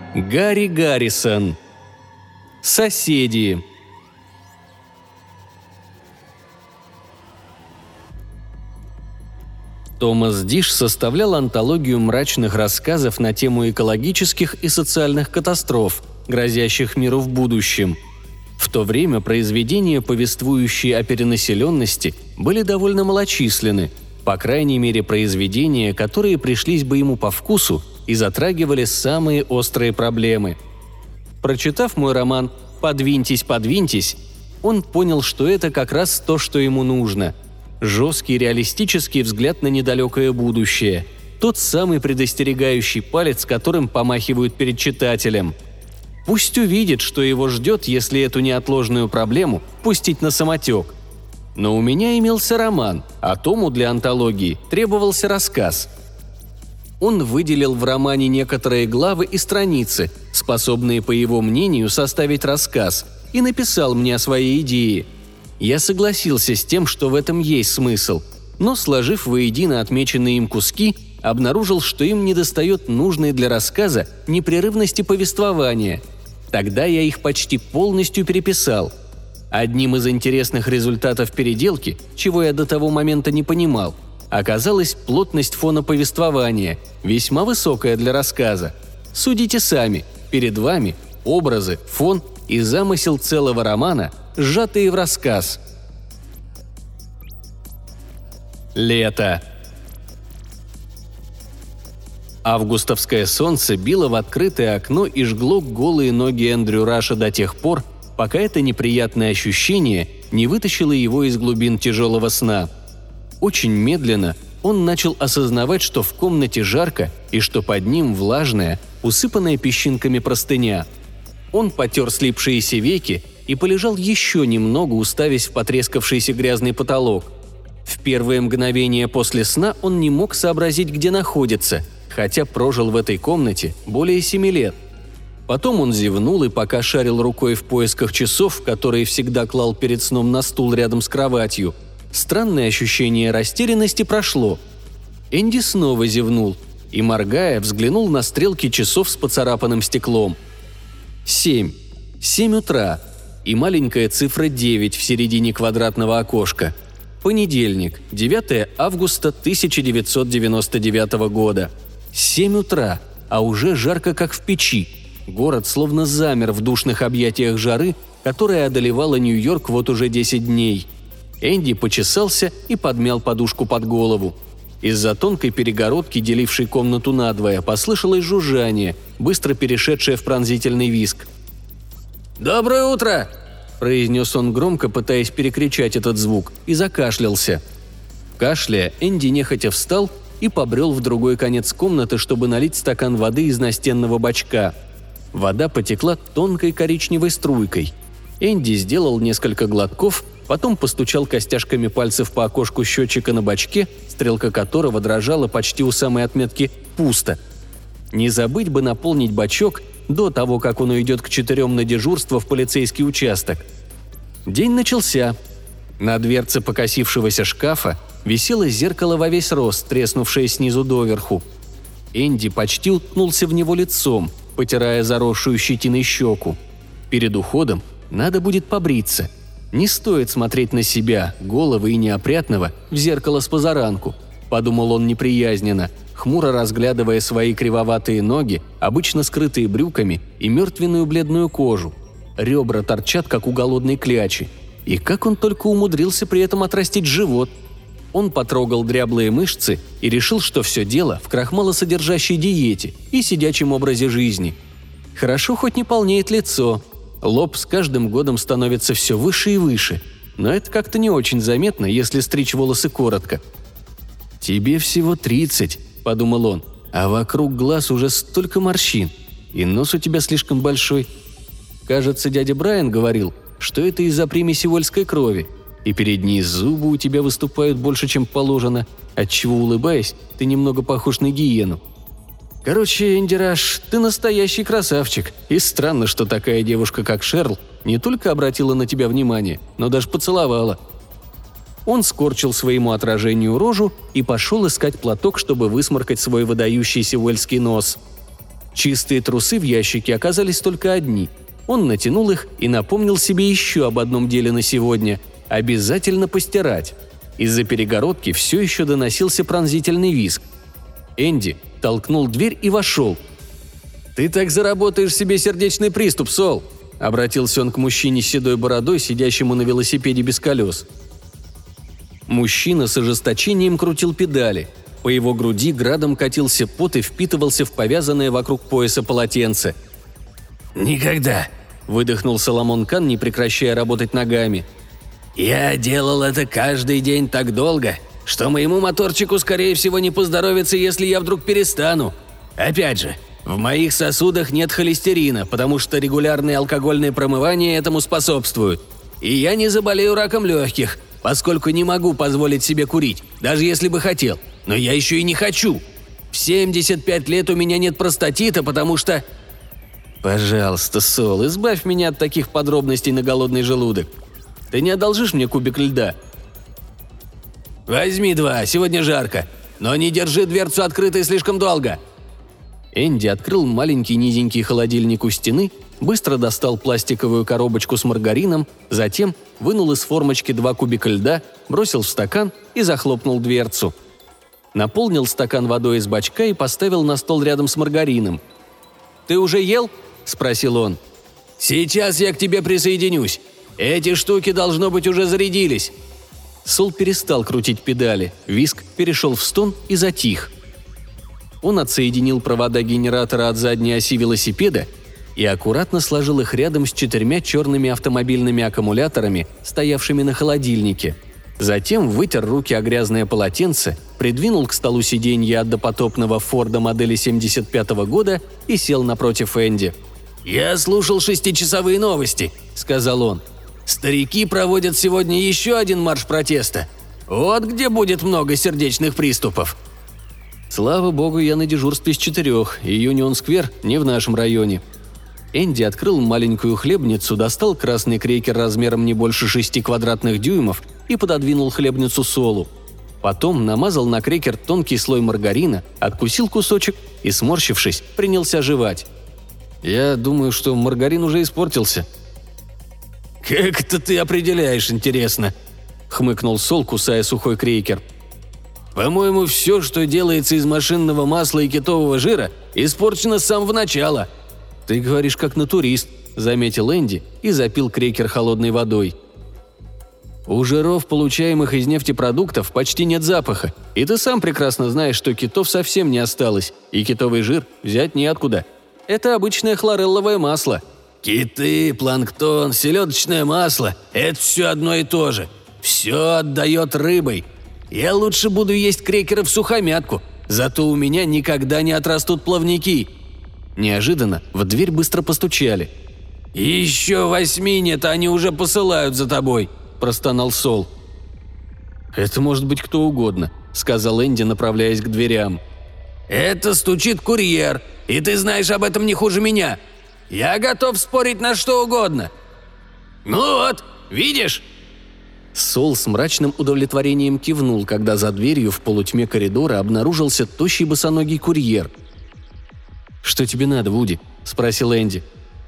Гарри Гаррисон. Соседи. Томас Диш составлял антологию мрачных рассказов на тему экологических и социальных катастроф, грозящих миру в будущем. В то время произведения, повествующие о перенаселенности, были довольно малочисленны, по крайней мере произведения, которые пришлись бы ему по вкусу и затрагивали самые острые проблемы. Прочитав мой роман «Подвиньтесь, подвиньтесь», он понял, что это как раз то, что ему нужно – жесткий реалистический взгляд на недалекое будущее. Тот самый предостерегающий палец, которым помахивают перед читателем. Пусть увидит, что его ждет, если эту неотложную проблему пустить на самотек. Но у меня имелся роман, а Тому для антологии требовался рассказ. Он выделил в романе некоторые главы и страницы, способные, по его мнению, составить рассказ, и написал мне о своей идее. Я согласился с тем, что в этом есть смысл, но, сложив воедино отмеченные им куски, обнаружил, что им недостает нужной для рассказа непрерывности повествования. Тогда я их почти полностью переписал. Одним из интересных результатов переделки, чего я до того момента не понимал, оказалась плотность фона повествования, весьма высокая для рассказа. Судите сами, перед вами образы, фон и замысел целого романа, сжатые в рассказ. Лето. Августовское солнце било в открытое окно и жгло голые ноги Эндрю Раша до тех пор, пока это неприятное ощущение не вытащило его из глубин тяжелого сна. Очень медленно он начал осознавать, что в комнате жарко и что под ним влажная, усыпанная песчинками простыня. Он потер слипшиеся веки и полежал еще немного, уставясь в потрескавшийся грязный потолок. В первые мгновения после сна он не мог сообразить, где находится, хотя прожил в этой комнате более 7 лет. Потом он зевнул и пока шарил рукой в поисках часов, которые всегда клал перед сном на стул рядом с кроватью, странное ощущение растерянности прошло. Энди снова зевнул и, моргая, взглянул на стрелки часов с поцарапанным стеклом. 7 утра и маленькая цифра 9 в середине квадратного окошка. Понедельник, 9 августа 1999 года. 7 утра, а уже жарко, как в печи. Город словно замер в душных объятиях жары, которая одолевала Нью-Йорк вот уже 10 дней. Энди почесался и подмял подушку под голову. Из-за тонкой перегородки, делившей комнату надвое, послышалось жужжание, быстро перешедшее в пронзительный визг. «Доброе утро!» – произнес он громко, пытаясь перекричать этот звук, и закашлялся. Кашляя, Энди нехотя встал и побрел в другой конец комнаты, чтобы налить стакан воды из настенного бачка. Вода потекла тонкой коричневой струйкой. Энди сделал несколько глотков, потом постучал костяшками пальцев по окошку счетчика на бачке, стрелка которого дрожала почти у самой отметки «пусто». Не забыть бы наполнить бачок до того, как он уйдет к 4 на дежурство в полицейский участок. День начался. На дверце покосившегося шкафа висело зеркало во весь рост, треснувшее снизу доверху. Энди почти уткнулся в него лицом, потирая заросшую щетиной щеку. Перед уходом надо будет побриться. Не стоит смотреть на себя, голого и неопрятного, в зеркало с позаранку, подумал он неприязненно, хмуро разглядывая свои кривоватые ноги, обычно скрытые брюками, и мертвенную бледную кожу. Ребра торчат, как у голодной клячи. И как он только умудрился при этом отрастить живот. Он потрогал дряблые мышцы и решил, что все дело в крахмалосодержащей диете и сидячем образе жизни. Хорошо, хоть не полнеет лицо. Лоб с каждым годом становится все выше и выше, но это как-то не очень заметно, если стричь волосы коротко. «Тебе всего 30», – подумал он, – «а вокруг глаз уже столько морщин, и нос у тебя слишком большой. Кажется, дядя Брайан говорил, что это из-за примеси вольской крови, и передние зубы у тебя выступают больше, чем положено, отчего, улыбаясь, ты немного похож на гиену. Короче, Энди Раш, ты настоящий красавчик, и странно, что такая девушка, как Шерл, не только обратила на тебя внимание, но даже поцеловала». Он скорчил своему отражению рожу и пошел искать платок, чтобы высморкать свой выдающийся уэльский нос. Чистые трусы в ящике оказались только одни. Он натянул их и напомнил себе еще об одном деле на сегодня – обязательно постирать. Из-за перегородки все еще доносился пронзительный визг. Энди толкнул дверь и вошел. «Ты так заработаешь себе сердечный приступ, Сол!» – обратился он к мужчине с седой бородой, сидящему на велосипеде без колес. Мужчина с ожесточением крутил педали. По его груди градом катился пот и впитывался в повязанное вокруг пояса полотенце. «Никогда!» – выдохнул Соломон Кан, не прекращая работать ногами. «Я делал это каждый день так долго, что моему моторчику, скорее всего, не поздоровится, если я вдруг перестану. Опять же, в моих сосудах нет холестерина, потому что регулярное алкогольное промывание этому способствует. И я не заболею раком легких, поскольку не могу позволить себе курить, даже если бы хотел. Но я еще и не хочу. В 75 лет у меня нет простатита, потому что…» «Пожалуйста, Сол, избавь меня от таких подробностей на голодный желудок. Ты не одолжишь мне кубик льда?» «Возьми 2, сегодня жарко. Но не держи дверцу открытой слишком долго». Энди открыл маленький низенький холодильник у стены, быстро достал пластиковую коробочку с маргарином, затем вынул из формочки 2 кубика льда, бросил в стакан и захлопнул дверцу. Наполнил стакан водой из бачка и поставил на стол рядом с маргарином. «Ты уже ел?» – спросил он. «Сейчас я к тебе присоединюсь. Эти штуки, должно быть, уже зарядились». Сол перестал крутить педали, визг перешел в стон и затих. Он отсоединил провода генератора от задней оси велосипеда и аккуратно сложил их рядом с 4 черными автомобильными аккумуляторами, стоявшими на холодильнике. Затем вытер руки о грязное полотенце, придвинул к столу сиденье от допотопного Форда модели 75-го года и сел напротив Энди. «Я слушал 6-часовые новости», — сказал он. «Старики проводят сегодня еще один марш протеста. Вот где будет много сердечных приступов». «Слава богу, я на дежурстве с 4, и Юнион-сквер не в нашем районе». Энди открыл маленькую хлебницу, достал красный крекер размером не больше 6 квадратных дюймов и пододвинул хлебницу Солу. Потом намазал на крекер тонкий слой маргарина, откусил кусочек и, сморщившись, принялся жевать. «Я думаю, что маргарин уже испортился». «Как это ты определяешь, интересно?» – хмыкнул Сол, кусая сухой крекер. «По-моему, все, что делается из машинного масла и китового жира, испорчено с самого начала». «Ты говоришь как натурист», – заметил Энди и запил крекер холодной водой. «У жиров, получаемых из нефтепродуктов, почти нет запаха, и ты сам прекрасно знаешь, что китов совсем не осталось, и китовый жир взять неоткуда. Это обычное хлорелловое масло». «Киты, планктон, селедочное масло – это все одно и то же. Все отдает рыбой. Я лучше буду есть крекеры всухомятку, зато у меня никогда не отрастут плавники». Неожиданно в дверь быстро постучали. «Еще 8 нет, они уже посылают за тобой», – простонал Сол. «Это может быть кто угодно», – сказал Энди, направляясь к дверям. «Это стучит курьер, и ты знаешь об этом не хуже меня. Я готов спорить на что угодно». «Ну вот, видишь?» Сол с мрачным удовлетворением кивнул, когда за дверью в полутьме коридора обнаружился тощий босоногий курьер. «Что тебе надо, Вуди?» – спросил Энди.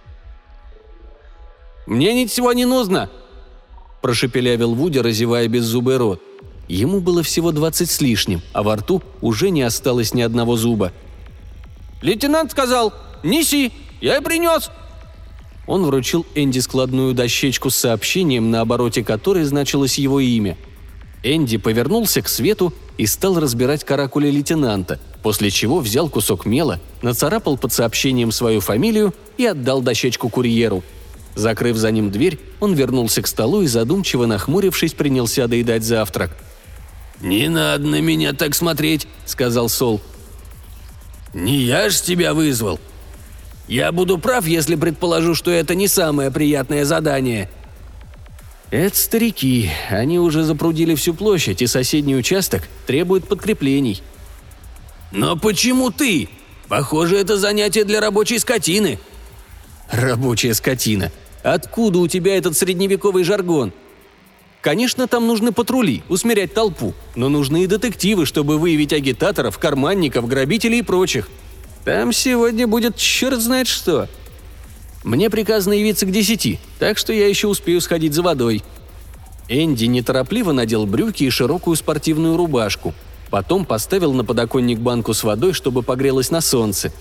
«Мне ничего не нужно», – прошепелявил Вуди, разевая беззубый рот. Ему было всего 20 с лишним, а во рту уже не осталось ни одного зуба. «Лейтенант сказал, неси, я и принес». Он вручил Энди складную дощечку с сообщением, на обороте которой значилось его имя. Энди повернулся к свету и стал разбирать каракули лейтенанта, после чего взял кусок мела, нацарапал под сообщением свою фамилию и отдал дощечку курьеру. Закрыв за ним дверь, он вернулся к столу и, задумчиво нахмурившись, принялся доедать завтрак. «Не надо на меня так смотреть», — сказал Сол. «Не я ж тебя вызвал. Я буду прав, если предположу, что это не самое приятное задание». «Это старики. Они уже запрудили всю площадь, и соседний участок требует подкреплений». «Но почему ты? Похоже, это занятие для рабочей скотины». «Рабочая скотина. Откуда у тебя этот средневековый жаргон?» «Конечно, там нужны патрули, усмирять толпу, но нужны и детективы, чтобы выявить агитаторов, карманников, грабителей и прочих». Там сегодня будет черт знает что. Мне приказано явиться к 10, так что я еще успею сходить за водой». Энди неторопливо надел брюки и широкую спортивную рубашку. Потом поставил на подоконник банку с водой, чтобы погрелась на солнце.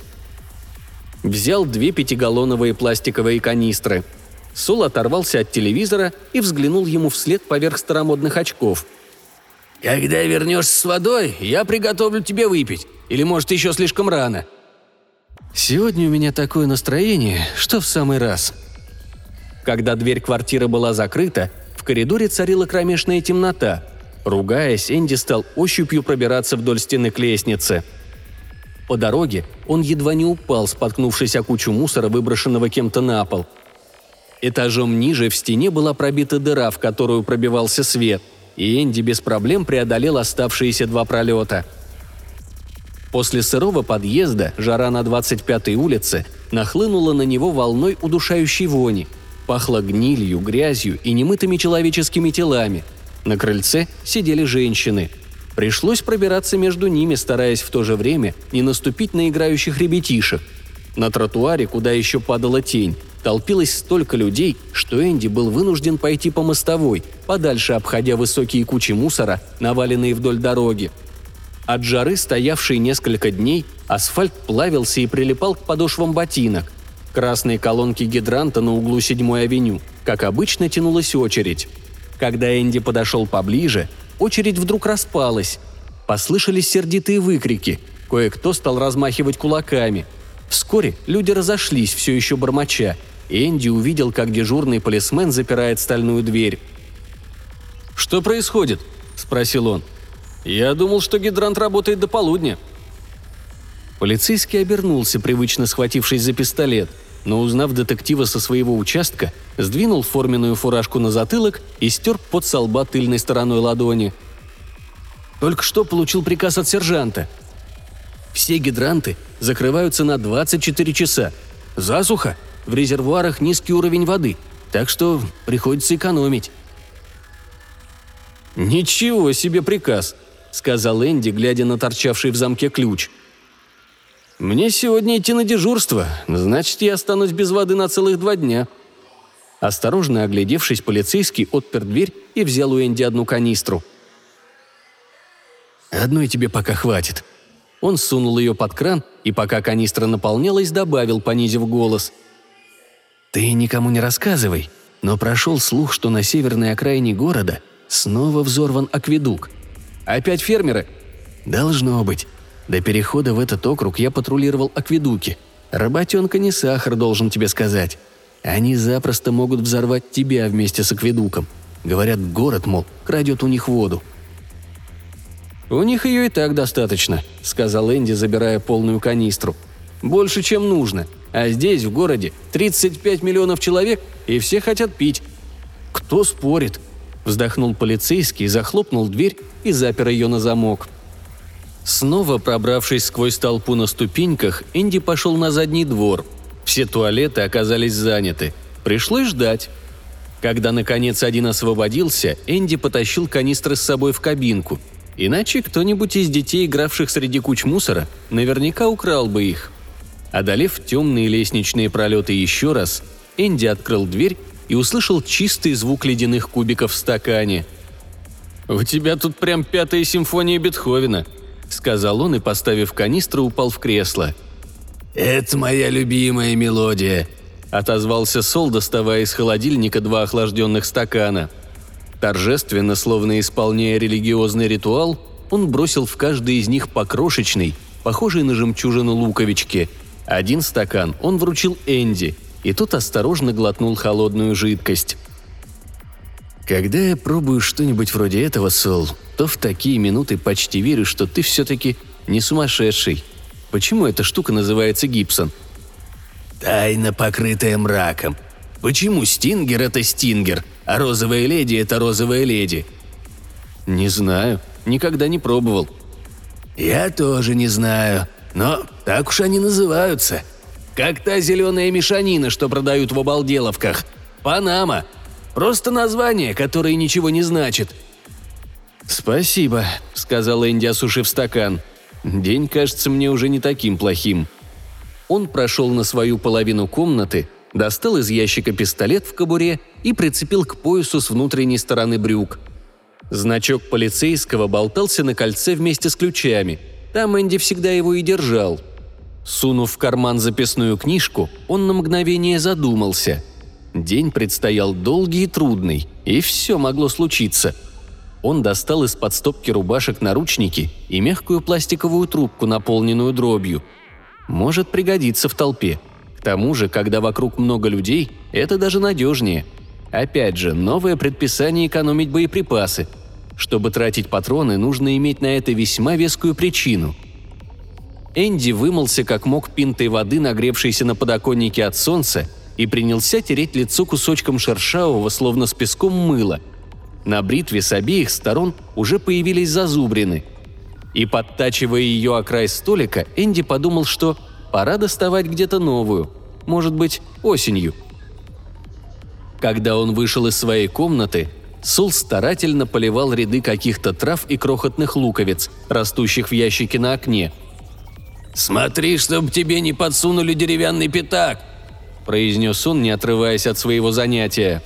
Взял 2 5-галлоновые пластиковые канистры. Сол оторвался от телевизора и взглянул ему вслед поверх старомодных очков. «Когда вернешься с водой, я приготовлю тебе выпить. Или, может, еще слишком рано?» «Сегодня у меня такое настроение, что в самый раз». Когда дверь квартиры была закрыта, в коридоре царила кромешная темнота. Ругаясь, Энди стал ощупью пробираться вдоль стены к лестнице. По дороге он едва не упал, споткнувшись о кучу мусора, выброшенного кем-то на пол. Этажом ниже в стене была пробита дыра, в которую пробивался свет, и Энди без проблем преодолел оставшиеся 2 пролета. После сырого подъезда жара на 25-й улице нахлынула на него волной удушающей вони. Пахло гнилью, грязью и немытыми человеческими телами. На крыльце сидели женщины. Пришлось пробираться между ними, стараясь в то же время не наступить на играющих ребятишек. На тротуаре, куда еще падала тень, толпилось столько людей, что Энди был вынужден пойти по мостовой, подальше обходя высокие кучи мусора, наваленные вдоль дороги. От жары, стоявшей несколько дней, асфальт плавился и прилипал к подошвам ботинок. Красные колонки гидранта на углу 7-й авеню, как обычно, тянулась очередь. Когда Энди подошел поближе, очередь вдруг распалась. Послышались сердитые выкрики, кое-кто стал размахивать кулаками. Вскоре люди разошлись, все еще бормоча, и Энди увидел, как дежурный полисмен запирает стальную дверь. «Что происходит?» – спросил он. «Я думал, что гидрант работает до полудня». Полицейский обернулся, привычно схватившись за пистолет, но, узнав детектива со своего участка, сдвинул форменную фуражку на затылок и стер пот со лба тыльной стороной ладони. «Только что получил приказ от сержанта. Все гидранты закрываются на 24 часа. Засуха, в резервуарах низкий уровень воды, так что приходится экономить». «Ничего себе приказ», — сказал Энди, глядя на торчавший в замке ключ. «Мне сегодня идти на дежурство, значит, я останусь без воды на целых 2 дня». Осторожно оглядевшись, полицейский отпер дверь и взял у Энди 1 канистру. «Одной тебе пока хватит». Он сунул ее под кран и, пока канистра наполнялась, добавил, понизив голос. «Ты никому не рассказывай, но прошел слух, что на северной окраине города снова взорван акведук. Опять фермеры?» «Должно быть. До перехода в этот округ я патрулировал акведуки. Работенка не сахар, должен тебе сказать. Они запросто могут взорвать тебя вместе с акведуком. Говорят, город, мол, крадет у них воду». «У них ее и так достаточно», — сказал Энди, забирая полную канистру. «Больше, чем нужно. А здесь, в городе, 35 миллионов человек, и все хотят пить». «Кто спорит?» — вздохнул полицейский, захлопнул дверь и запер ее на замок. Снова пробравшись сквозь толпу на ступеньках, Энди пошел на задний двор. Все туалеты оказались заняты. Пришлось ждать. Когда, наконец, один освободился, Энди потащил канистры с собой в кабинку. Иначе кто-нибудь из детей, игравших среди куч мусора, наверняка украл бы их. Одолев темные лестничные пролеты еще раз, Энди открыл дверь и услышал чистый звук ледяных кубиков в стакане. «У тебя тут прям 5-я симфония Бетховена», — сказал он и, поставив канистру, упал в кресло. «Это моя любимая мелодия», — отозвался Сол, доставая из холодильника 2 охлажденных стакана. Торжественно, словно исполняя религиозный ритуал, он бросил в каждый из них по крошечной, похожей на жемчужину луковичке. 1 стакан он вручил Энди, и тот осторожно глотнул холодную жидкость. «Когда я пробую что-нибудь вроде этого, Сол, то в такие минуты почти верю, что ты все-таки не сумасшедший. Почему эта штука называется Гибсон?» «Тайна, покрытая мраком. Почему Стингер – это Стингер, а розовая леди – это розовая леди?» «Не знаю. Никогда не пробовал». «Я тоже не знаю. Но так уж они называются. Как та зеленая мешанина, что продают в обалделовках. Панама. Просто название, которое ничего не значит». «Спасибо», — сказал Энди, осушив стакан. «День кажется мне уже не таким плохим». Он прошел на свою половину комнаты, достал из ящика пистолет в кобуре и прицепил к поясу с внутренней стороны брюк. Значок полицейского болтался на кольце вместе с ключами. Там Энди всегда его и держал. Сунув в карман записную книжку, он на мгновение задумался. День предстоял долгий и трудный, и все могло случиться. Он достал из-под стопки рубашек наручники и мягкую пластиковую трубку, наполненную дробью. Может пригодиться в толпе. К тому же, когда вокруг много людей, это даже надежнее. Опять же, новое предписание экономить боеприпасы. Чтобы тратить патроны, нужно иметь на это весьма вескую причину. Энди вымылся как мог пинтой воды, нагревшейся на подоконнике от солнца, и принялся тереть лицо кусочком шершавого, словно с песком, мыла. На бритве с обеих сторон уже появились зазубрины. И, подтачивая ее о край столика, Энди подумал, что пора доставать где-то новую, может быть, осенью. Когда он вышел из своей комнаты, Сол старательно поливал ряды каких-то трав и крохотных луковиц, растущих в ящике на окне. «Смотри, чтоб тебе не подсунули деревянный пятак!» – произнес он, не отрываясь от своего занятия.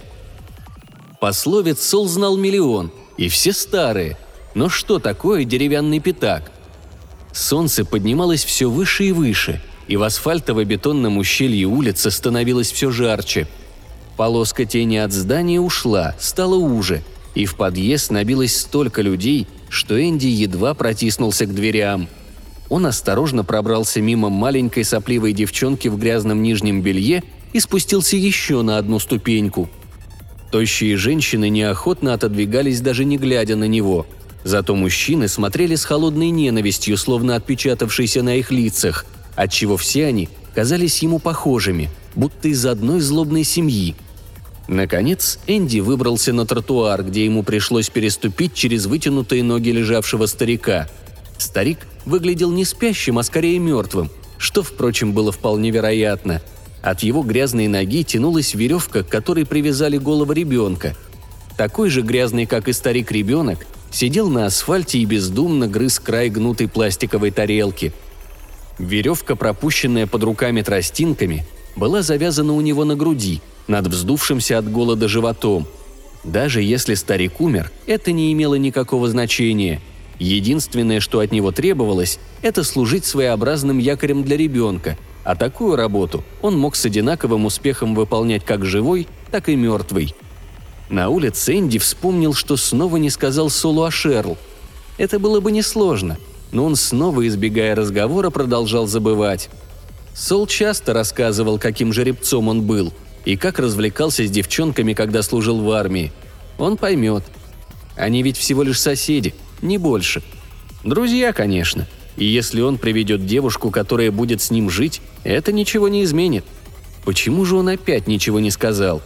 Пословиц Сол знал миллион, и все старые. Но что такое деревянный пятак? Солнце поднималось все выше и выше, и в асфальтово-бетонном ущелье улицы становилось все жарче. Полоска тени от здания ушла, стала уже, и в подъезд набилось столько людей, что Энди едва протиснулся к дверям. Он осторожно пробрался мимо маленькой сопливой девчонки в грязном нижнем белье и спустился еще на одну ступеньку. Тощие женщины неохотно отодвигались, даже не глядя на него. Зато мужчины смотрели с холодной ненавистью, словно отпечатавшейся на их лицах, отчего все они казались ему похожими, будто из одной злобной семьи. Наконец, Энди выбрался на тротуар, где ему пришлось переступить через вытянутые ноги лежавшего старика. Старик выглядел не спящим, а скорее мертвым, что, впрочем, было вполне вероятно. От его грязной ноги тянулась веревка, к которой привязали голову ребенка. Такой же грязный, как и старик ребенок, сидел на асфальте и бездумно грыз край гнутой пластиковой тарелки. Веревка, пропущенная под руками тростинками, была завязана у него на груди, над вздувшимся от голода животом. Даже если старик умер, это не имело никакого значения. Единственное, что от него требовалось, это служить своеобразным якорем для ребенка, а такую работу он мог с одинаковым успехом выполнять как живой, так и мертвый. На улице Энди вспомнил, что снова не сказал Солу о Шерл. Это было бы несложно, но он снова, избегая разговора, продолжал забывать. Сол часто рассказывал, каким жеребцом он был и как развлекался с девчонками, когда служил в армии. Он поймет. Они ведь всего лишь соседи, не больше. Друзья, конечно. И если он приведет девушку, которая будет с ним жить, это ничего не изменит. Почему же он опять ничего не сказал?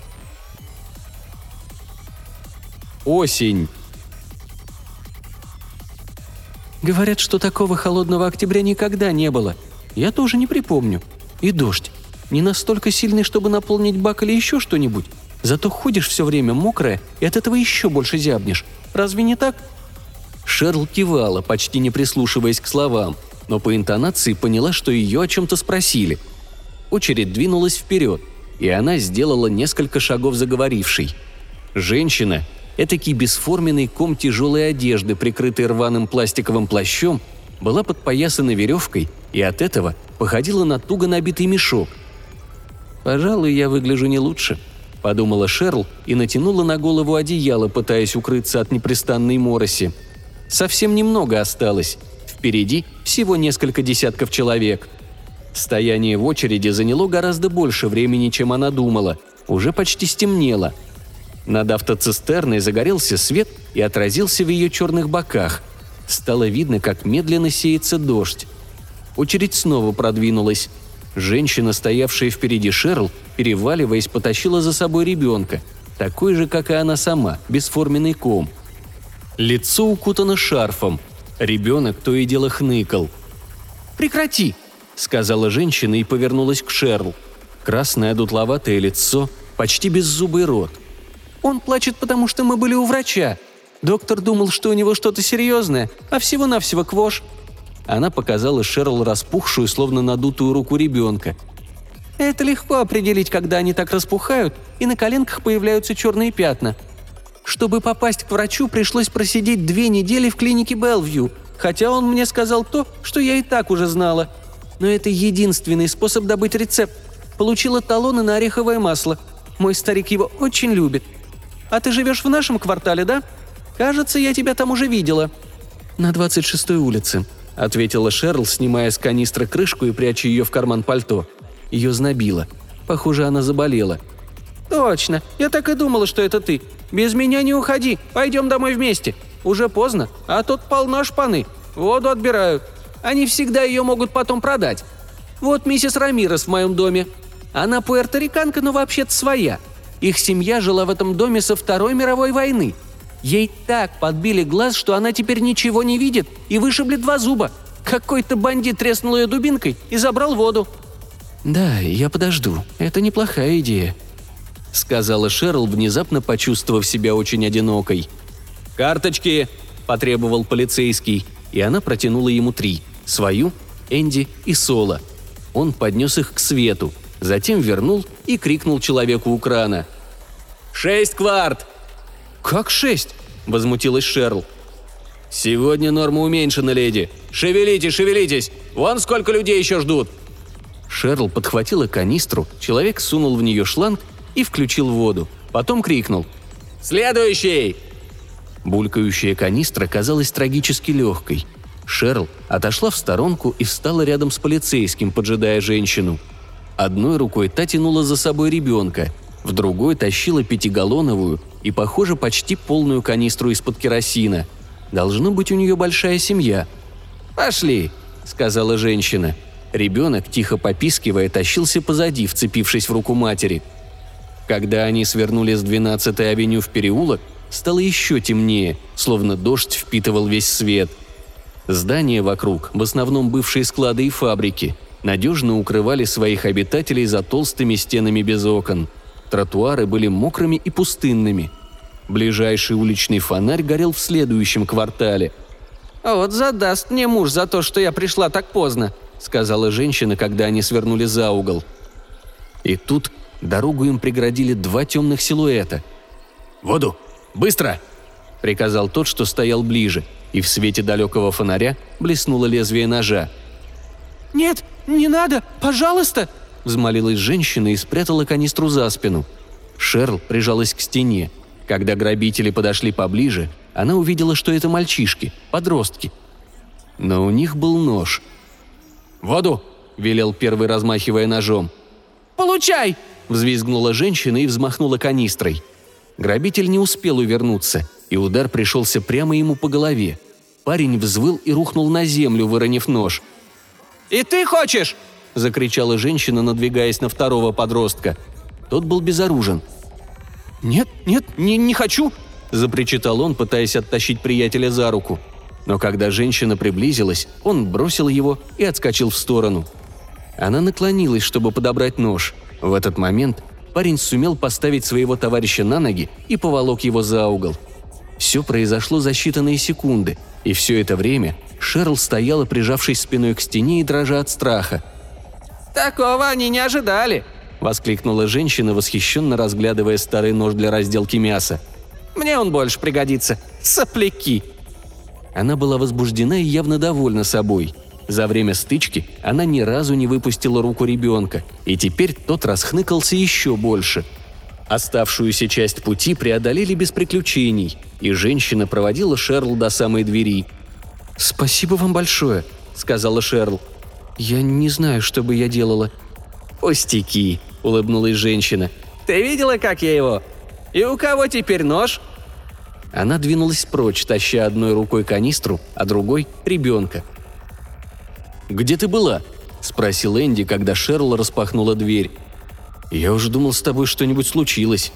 Осень. Говорят, что такого холодного октября никогда не было. Я тоже не припомню. И дождь. Не настолько сильный, чтобы наполнить бак или еще что-нибудь. Зато ходишь все время мокрая, и от этого еще больше зябнешь. Разве не так? Шерл кивала, почти не прислушиваясь к словам, но по интонации поняла, что ее о чем-то спросили. Очередь двинулась вперед, и она сделала несколько шагов заговорившей. Женщина, этакий бесформенный ком тяжелой одежды, прикрытый рваным пластиковым плащом, была подпоясана веревкой и от этого походила на туго набитый мешок. «Пожалуй, я выгляжу не лучше», – подумала Шерл и натянула на голову одеяло, пытаясь укрыться от непрестанной мороси. Совсем немного осталось. Впереди всего несколько десятков человек. Стояние в очереди заняло гораздо больше времени, чем она думала. Уже почти стемнело. Над автоцистерной загорелся свет и отразился в ее черных боках. Стало видно, как медленно сеется дождь. Очередь снова продвинулась. Женщина, стоявшая впереди Шерл, переваливаясь, потащила за собой ребенка, такой же, как и она сама, бесформенный ком. Лицо укутано шарфом. Ребенок то и дело хныкал. «Прекрати!» – сказала женщина и повернулась к Шерл. Красное дутловатое лицо, почти беззубый рот. «Он плачет, потому что мы были у врача. Доктор думал, что у него что-то серьезное, а всего-навсего квош». Она показала Шерл распухшую, словно надутую руку ребенка. «Это легко определить, когда они так распухают, и на коленках появляются черные пятна. Чтобы попасть к врачу, пришлось просидеть 2 недели в клинике Белвью, хотя он мне сказал то, что я и так уже знала. Но это единственный способ добыть рецепт. Получила талоны на ореховое масло. Мой старик его очень любит. А ты живешь в нашем квартале, да? Кажется, я тебя там уже видела». «На 26-й улице», — ответила Шерл, снимая с канистры крышку и пряча ее в карман пальто. Ее знобило. Похоже, она заболела. «Точно. Я так и думала, что это ты. Без меня не уходи. Пойдем домой вместе. Уже поздно, а тут полно шпаны. Воду отбирают. Они всегда ее могут потом продать. Вот миссис Рамирес в моем доме. Она пуэрториканка, но вообще-то своя. Их семья жила в этом доме со Второй мировой войны. Ей так подбили глаз, что она теперь ничего не видит и вышибли 2 зуба. Какой-то бандит треснул ее дубинкой и забрал воду». «Да, я подожду. Это неплохая идея», — сказала Шерл, внезапно почувствовав себя очень одинокой. «Карточки!» – потребовал полицейский, и она протянула ему 3 – свою, Энди и Соло. Он поднес их к свету, затем вернул и крикнул человеку у крана. 6 кварт!» «Как 6?» – возмутилась Шерл. «Сегодня норма уменьшена, леди. Шевелитесь! Вон сколько людей еще ждут!» Шерл подхватила канистру, человек сунул в нее шланг и включил воду. Потом крикнул: «Следующий!» Булькающая канистра казалась трагически легкой. Шерл отошла в сторонку и встала рядом с полицейским, поджидая женщину. Одной рукой та тянула за собой ребенка, в другой тащила 5-галлоновую и, похоже, почти полную канистру из-под керосина. Должно быть, у нее большая семья. «Пошли», — сказала женщина. Ребенок, тихо попискивая, тащился позади, вцепившись в руку матери. Когда они свернули с 12-й авеню в переулок, стало еще темнее, словно дождь впитывал весь свет. Здания вокруг, в основном бывшие склады и фабрики, надежно укрывали своих обитателей за толстыми стенами без окон. Тротуары были мокрыми и пустынными. Ближайший уличный фонарь горел в следующем квартале. «Вот задаст мне муж за то, что я пришла так поздно», — сказала женщина, когда они свернули за угол. И тут дорогу им преградили 2 темных силуэта. «Воду! Быстро!» – приказал тот, что стоял ближе, и в свете далекого фонаря блеснуло лезвие ножа. «Нет, не надо, пожалуйста!» – взмолилась женщина и спрятала канистру за спину. Шерл прижалась к стене. Когда грабители подошли поближе, она увидела, что это мальчишки, подростки. Но у них был нож. «Воду!» – велел первый, размахивая ножом. «Получай!» – взвизгнула женщина и взмахнула канистрой. Грабитель не успел увернуться, и удар пришелся прямо ему по голове. Парень взвыл и рухнул на землю, выронив нож. «И ты хочешь?» – закричала женщина, надвигаясь на второго подростка. Тот был безоружен. «Нет, не хочу!» – запричитал он, пытаясь оттащить приятеля за руку. Но когда женщина приблизилась, он бросил его и отскочил в сторону. Она наклонилась, чтобы подобрать нож. В этот момент парень сумел поставить своего товарища на ноги и поволок его за угол. Все произошло за считанные секунды, и все это время Шерл стояла, прижавшись спиной к стене и дрожа от страха. «Такого они не ожидали!» – воскликнула женщина, восхищенно разглядывая старый нож для разделки мяса. «Мне он больше пригодится. Сопляки!» Она была возбуждена и явно довольна собой. За время стычки она ни разу не выпустила руку ребенка, и теперь тот расхныкался еще больше. Оставшуюся часть пути преодолели без приключений, и женщина проводила Шерл до самой двери. «Спасибо вам большое», — сказала Шерл. «Я не знаю, что бы я делала». «Пустяки», — улыбнулась женщина. «Ты видела, как я его? И у кого теперь нож?» Она двинулась прочь, таща одной рукой канистру, а другой – ребенка. «Где ты была?» – спросил Энди, когда Шерл распахнула дверь. «Я уже думал, с тобой что-нибудь случилось».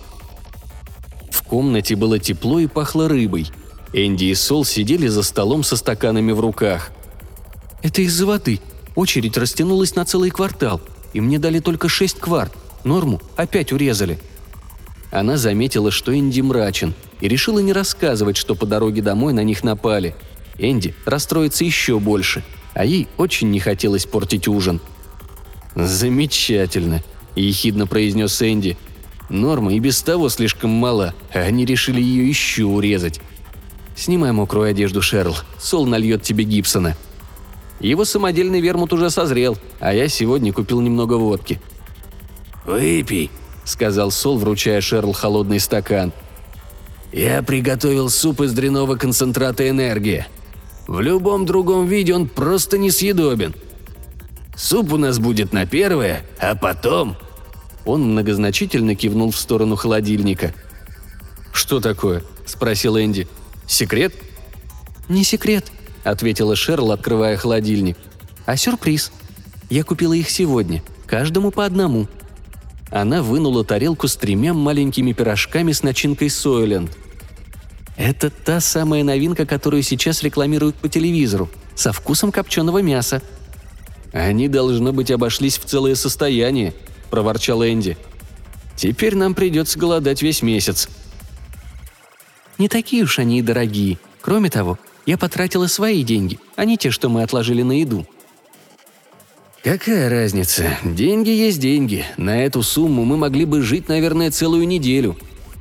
В комнате было тепло и пахло рыбой. Энди и Сол сидели за столом со стаканами в руках. «Это из-за воды. Очередь растянулась на целый квартал, и мне дали только 6 кварт. Норму опять урезали». Она заметила, что Энди мрачен, и решила не рассказывать, что по дороге домой на них напали. Энди расстроится еще больше. а ей очень не хотелось портить ужин. «Замечательно», – ехидно произнес Энди. «Норма и без того слишком мала, а они решили ее еще урезать. Снимай мокрую одежду, Шерл, Сол нальет тебе Гибсона. Его самодельный вермут уже созрел, а я сегодня купил немного водки». «Выпей», – сказал Сол, вручая Шерл холодный стакан. «Я приготовил суп из дрянного концентрата энергии. В любом другом виде он просто несъедобен. Суп у нас будет на первое, а потом...» Он многозначительно кивнул в сторону холодильника. «Что такое?» – спросил Энди. «Секрет?» «Не секрет», – ответила Шерл, открывая холодильник. «А сюрприз. Я купила их сегодня, каждому по одному». Она вынула тарелку с 3 маленькими пирожками с начинкой Сойленд. «Это та самая новинка, которую сейчас рекламируют по телевизору, со вкусом копченого мяса». «Они, должно быть, обошлись в целое состояние», – проворчал Энди. «Теперь нам придется голодать весь месяц». «Не такие уж они и дорогие. Кроме того, я потратила свои деньги, а не те, что мы отложили на еду». «Какая разница? Деньги есть деньги. На эту сумму мы могли бы жить, наверное, целую неделю».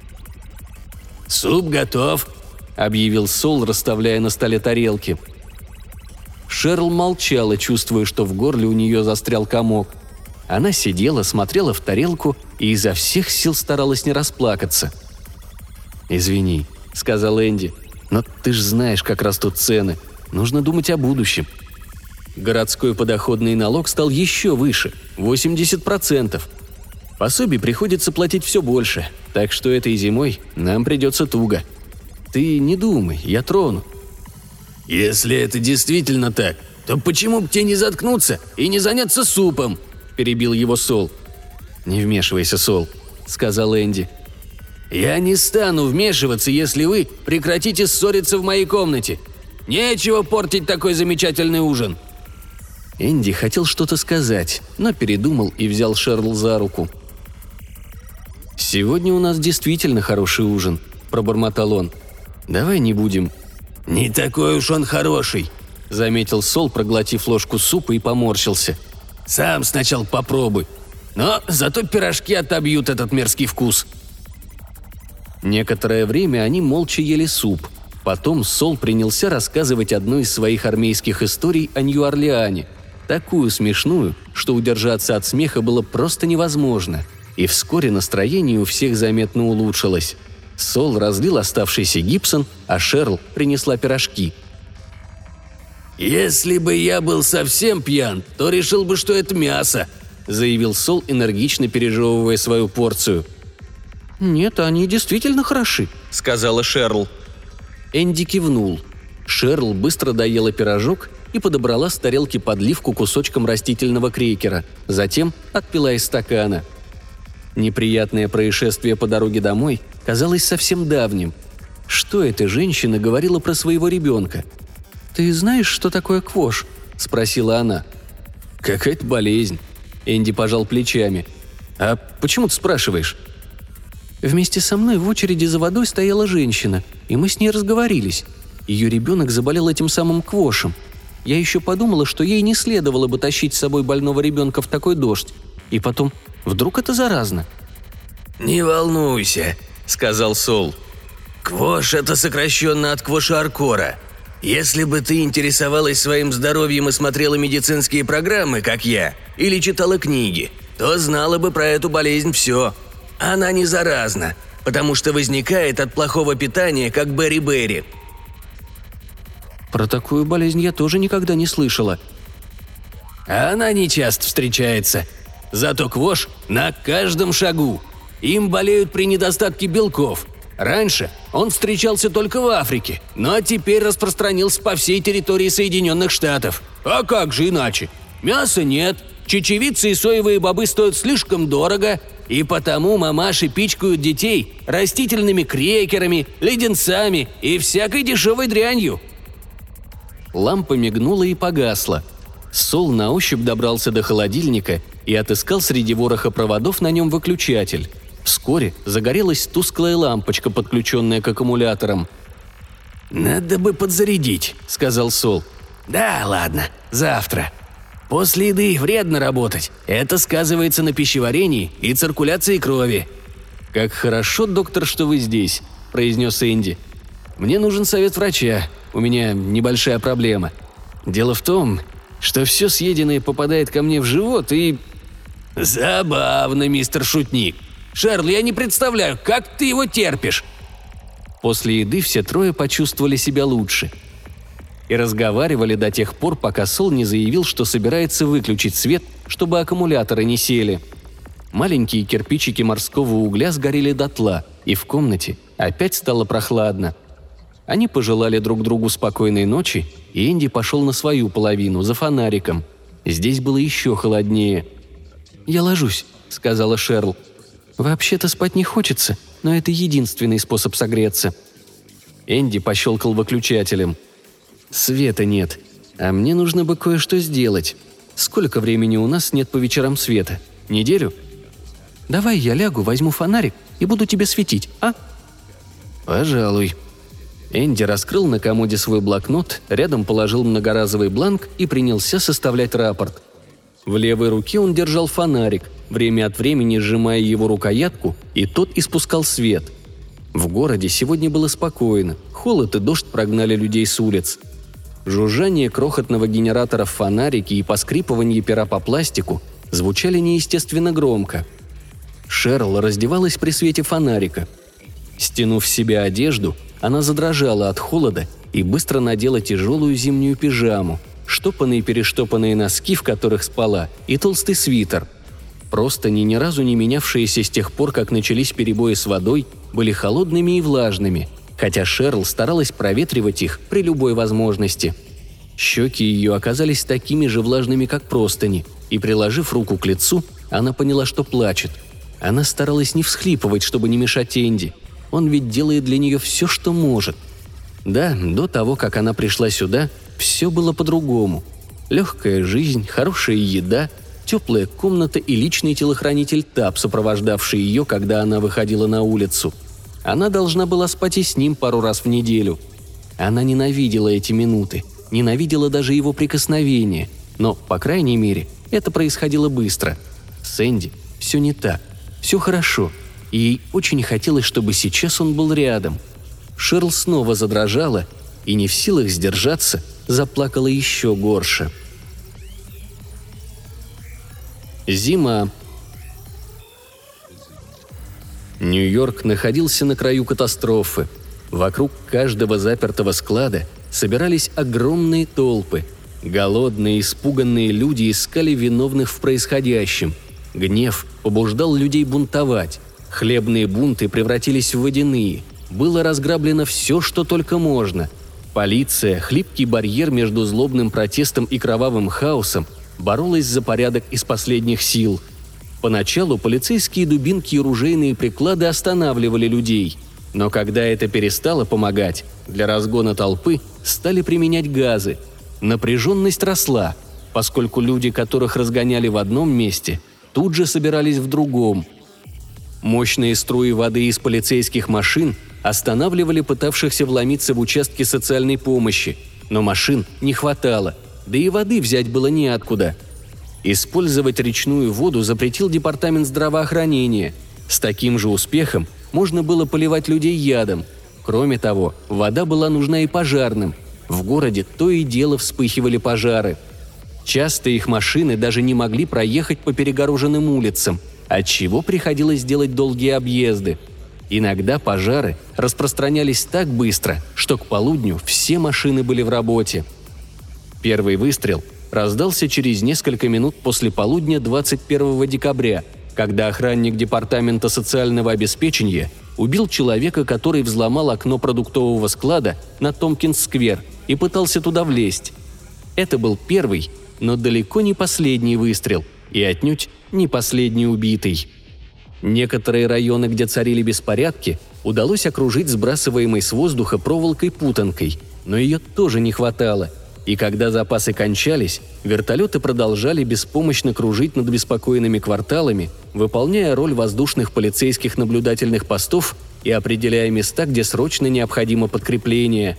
«Суп готов», – объявил Сол, расставляя на столе тарелки. Шерл молчала, чувствуя, что в горле у нее застрял комок. Она сидела, смотрела в тарелку и изо всех сил старалась не расплакаться. «Извини», – сказал Энди, – «но ты ж знаешь, как растут цены. Нужно думать о будущем». Городской подоходный налог стал еще выше – 80%. Пособий приходится платить все больше, так что этой зимой нам придется туго. Ты не думай, я трону. «Если это действительно так, то почему бы тебе не заткнуться и не заняться супом?» – перебил его Сол. «Не вмешивайся, Сол», – сказал Энди. «Я не стану вмешиваться, если вы прекратите ссориться в моей комнате. Нечего портить такой замечательный ужин». Энди хотел что-то сказать, но передумал и взял Шерл за руку. «Сегодня у нас действительно хороший ужин», – пробормотал он. «Давай не будем». «Не такой уж он хороший», – заметил Сол, проглотив ложку супа и поморщился. «Сам сначала попробуй. Но зато пирожки отобьют этот мерзкий вкус». Некоторое время они молча ели суп. Потом Сол принялся рассказывать одну из своих армейских историй о Нью-Орлеане. Такую смешную, что удержаться от смеха было просто невозможно. И вскоре настроение у всех заметно улучшилось. Сол разлил оставшийся Гибсон, а Шерл принесла пирожки. «Если бы я был совсем пьян, то решил бы, что это мясо», – заявил Сол, энергично пережевывая свою порцию. «Нет, они действительно хороши», – сказала Шерл. Энди кивнул. Шерл быстро доела пирожок и подобрала с тарелки подливку кусочком растительного крекера, затем отпила из стакана. Неприятное происшествие по дороге домой казалось совсем давним. Что эта женщина говорила про своего ребенка? «Ты знаешь, что такое квош?» – спросила она. «Какая-то болезнь». Энди пожал плечами. «А почему ты спрашиваешь?» «Вместе со мной в очереди за водой стояла женщина, и мы с ней разговорились. Ее ребенок заболел этим самым квошем. Я еще подумала, что ей не следовало бы тащить с собой больного ребенка в такой дождь. И потом, вдруг это заразно?» «Не волнуйся», – сказал Сол. «Квош – это сокращенно от квошиаркора. Если бы ты интересовалась своим здоровьем и смотрела медицинские программы, как я, или читала книги, то знала бы про эту болезнь все. Она не заразна, потому что возникает от плохого питания, как бери-бери». «Про такую болезнь я тоже никогда не слышала». «Она не часто встречается. Зато квош на каждом шагу. Им болеют при недостатке белков. Раньше он встречался только в Африке, но теперь распространился по всей территории Соединенных Штатов. А как же иначе? Мяса нет, чечевицы и соевые бобы стоят слишком дорого, и потому мамаши пичкают детей растительными крекерами, леденцами и всякой дешевой дрянью». Лампа мигнула и погасла. Сол на ощупь добрался до холодильника и отыскал среди вороха проводов на нем выключатель. Вскоре загорелась тусклая лампочка, подключенная к аккумуляторам. «Надо бы подзарядить», — сказал Сол. «Да, ладно, завтра. После еды вредно работать. Это сказывается на пищеварении и циркуляции крови». «Как хорошо, доктор, что вы здесь», – произнес Энди. «Мне нужен совет врача. У меня небольшая проблема. Дело в том, что все съеденное попадает ко мне в живот и...» «Забавно, мистер Шутник. Шерл, я не представляю, как ты его терпишь». После еды все трое почувствовали себя лучше. И разговаривали до тех пор, пока Сол не заявил, что собирается выключить свет, чтобы аккумуляторы не сели. Маленькие кирпичики морского угля сгорели дотла, и в комнате опять стало прохладно. Они пожелали друг другу спокойной ночи, и Энди пошел на свою половину, за фонариком. Здесь было еще холоднее. «Я ложусь», — сказала Шерл. «Вообще-то спать не хочется, но это единственный способ согреться». Энди пощелкал выключателем. «Света нет, а мне нужно бы кое-что сделать. Сколько времени у нас нет по вечерам света? Неделю?» «Давай я лягу, возьму фонарик и буду тебе светить, а?» «Пожалуй». Энди раскрыл на комоде свой блокнот, рядом положил многоразовый бланк и принялся составлять рапорт. В левой руке он держал фонарик, время от времени сжимая его рукоятку, и тот испускал свет. В городе сегодня было спокойно, холод и дождь прогнали людей с улиц. Жужжание крохотного генератора в фонарике и поскрипывание пера по пластику звучали неестественно громко. Шерл раздевалась при свете фонарика. Стянув с себя одежду, она задрожала от холода и быстро надела тяжелую зимнюю пижаму, штопанные-перештопанные носки, в которых спала, и толстый свитер. Простыни, ни разу не менявшиеся с тех пор, как начались перебои с водой, были холодными и влажными, хотя Шерл старалась проветривать их при любой возможности. Щеки ее оказались такими же влажными, как простыни, и, приложив руку к лицу, она поняла, что плачет. Она старалась не всхлипывать, чтобы не мешать Энди. Он ведь делает для нее все, что может. Да, до того, как она пришла сюда, все было по-другому. Легкая жизнь, хорошая еда, теплая комната и личный телохранитель Таб, сопровождавший ее, когда она выходила на улицу. Она должна была спать и с ним пару раз в неделю. Она ненавидела эти минуты, ненавидела даже его прикосновения, но, по крайней мере, это происходило быстро. С Энди все не так, все хорошо, и ей очень хотелось, чтобы сейчас он был рядом. Шерл снова задрожала и, не в силах сдержаться, заплакала еще горше. Зима. Нью-Йорк находился на краю катастрофы. Вокруг каждого запертого склада собирались огромные толпы. Голодные, испуганные люди искали виновных в происходящем. Гнев побуждал людей бунтовать. Хлебные бунты превратились в водяные. Было разграблено все, что только можно. Полиция, хлипкий барьер между злобным протестом и кровавым хаосом, боролась за порядок из последних сил. Поначалу полицейские дубинки и ружейные приклады останавливали людей. Но когда это перестало помогать, для разгона толпы стали применять газы. Напряженность росла, поскольку люди, которых разгоняли в одном месте, тут же собирались в другом. Мощные струи воды из полицейских машин останавливали пытавшихся вломиться в участки социальной помощи, но машин не хватало, да и воды взять было неоткуда. Использовать речную воду запретил департамент здравоохранения. С таким же успехом можно было поливать людей ядом. Кроме того, вода была нужна и пожарным. В городе то и дело вспыхивали пожары. Часто их машины даже не могли проехать по перегороженным улицам, отчего приходилось делать долгие объезды. Иногда пожары распространялись так быстро, что к полудню все машины были в работе. Первый выстрел раздался через несколько минут после полудня 21 декабря, когда охранник департамента социального обеспечения убил человека, который взломал окно продуктового склада на Томпкинс-сквер и пытался туда влезть. Это был первый, но далеко не последний выстрел, и отнюдь не последний убитый. Некоторые районы, где царили беспорядки, удалось окружить сбрасываемой с воздуха проволокой-путанкой, но ее тоже не хватало, и когда запасы кончались, вертолеты продолжали беспомощно кружить над беспокойными кварталами, выполняя роль воздушных полицейских наблюдательных постов и определяя места, где срочно необходимо подкрепление.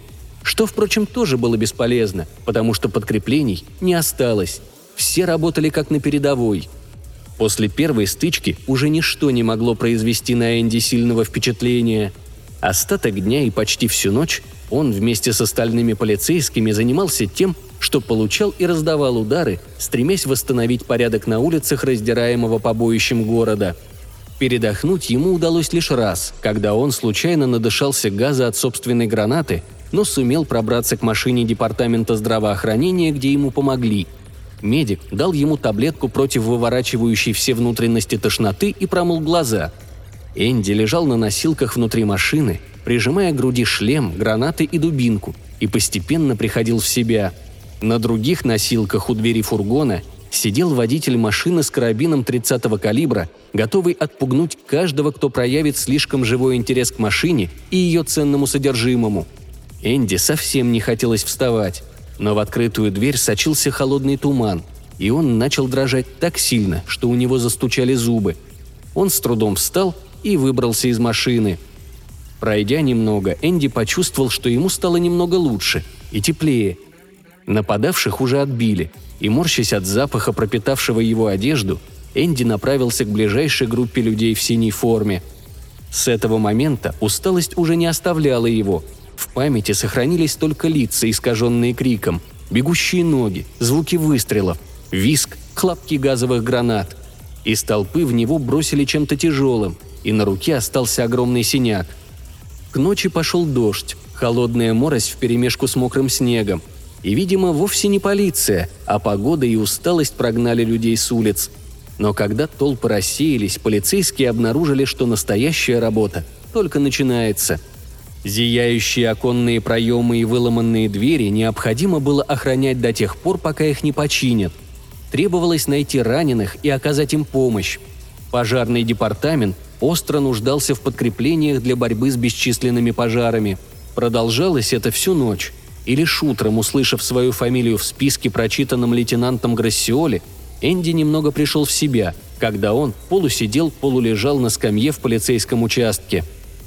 Что, впрочем, тоже было бесполезно, потому что подкреплений не осталось. Все работали как на передовой. После первой стычки уже ничто не могло произвести на Энди сильного впечатления. Остаток дня и почти всю ночь он вместе с остальными полицейскими занимался тем, что получал и раздавал удары, стремясь восстановить порядок на улицах раздираемого побоищем города. Передохнуть ему удалось лишь раз, когда он случайно надышался газа от собственной гранаты, но сумел пробраться к машине департамента здравоохранения, где ему помогли. Медик дал ему таблетку против выворачивающей все внутренности тошноты и промыл глаза. Энди лежал на носилках внутри машины, прижимая к груди шлем, гранаты и дубинку, и постепенно приходил в себя. На других носилках у двери фургона сидел водитель машины с карабином 30-го калибра, готовый отпугнуть каждого, кто проявит слишком живой интерес к машине и ее ценному содержимому. Энди совсем не хотелось вставать, но в открытую дверь сочился холодный туман, и он начал дрожать так сильно, что у него застучали зубы. Он с трудом встал и выбрался из машины. Пройдя немного, Энди почувствовал, что ему стало немного лучше и теплее. Нападавших уже отбили, и, морщась от запаха, пропитавшего его одежду, Энди направился к ближайшей группе людей в синей форме. С этого момента усталость уже не оставляла его. В памяти сохранились только лица, искаженные криком, бегущие ноги, звуки выстрелов, визг, хлопки газовых гранат. Из толпы в него бросили чем-то тяжелым, и на руке остался огромный синяк. К ночи пошел дождь, холодная морось вперемешку с мокрым снегом. И, видимо, вовсе не полиция, а погода и усталость прогнали людей с улиц. Но когда толпы рассеялись, полицейские обнаружили, что настоящая работа только начинается. Зияющие оконные проемы и выломанные двери необходимо было охранять до тех пор, пока их не починят. Требовалось найти раненых и оказать им помощь. Пожарный департамент остро нуждался в подкреплениях для борьбы с бесчисленными пожарами. Продолжалось это всю ночь. И лишь утром, услышав свою фамилию в списке, прочитанном лейтенантом Грассиоли, Энди немного пришел в себя, когда он полусидел, полулежал на скамье в полицейском участке.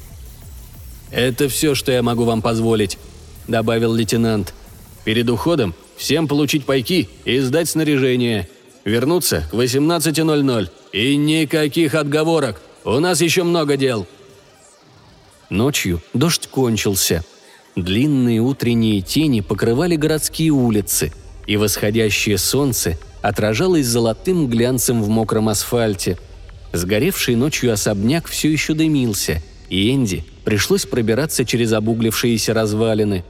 «Это все, что я могу вам позволить», — добавил лейтенант. «Перед уходом всем получить пайки и сдать снаряжение. Вернуться к 18:00. И никаких отговорок. У нас еще много дел». Ночью дождь кончился. Длинные утренние тени покрывали городские улицы, и восходящее солнце отражалось золотым глянцем в мокром асфальте. Сгоревший ночью особняк все еще дымился, и Энди пришлось пробираться через обуглившиеся развалины.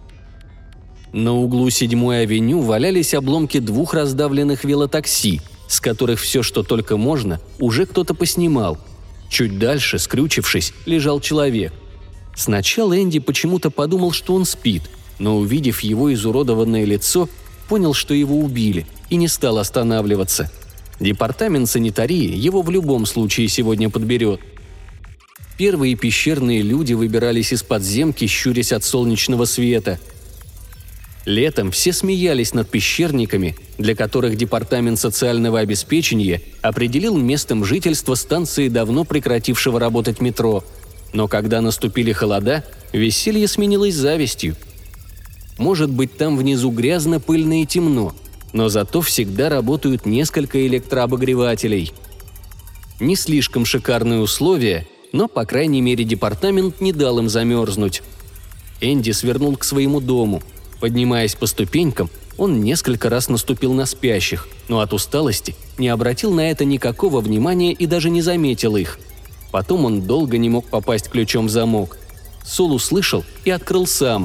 На углу 7-й авеню валялись обломки 2 раздавленных велотакси, с которых все, что только можно, уже кто-то поснимал. Чуть дальше, скрючившись, лежал человек. Сначала Энди почему-то подумал, что он спит, но, увидев его изуродованное лицо, понял, что его убили, и не стал останавливаться. Департамент санитарии его в любом случае сегодня подберет. Первые пещерные люди выбирались из подземки, щурясь от солнечного света. Летом все смеялись над пещерниками, для которых Департамент социального обеспечения определил местом жительства станции давно прекратившего работать метро. Но когда наступили холода, веселье сменилось завистью. Может быть, там внизу грязно, пыльно и темно, но зато всегда работают несколько электрообогревателей. Не слишком шикарные условия, но, по крайней мере, департамент не дал им замерзнуть. Энди свернул к своему дому. Поднимаясь по ступенькам, он несколько раз наступил на спящих, но от усталости не обратил на это никакого внимания и даже не заметил их. Потом он долго не мог попасть ключом в замок. Сол услышал и открыл сам.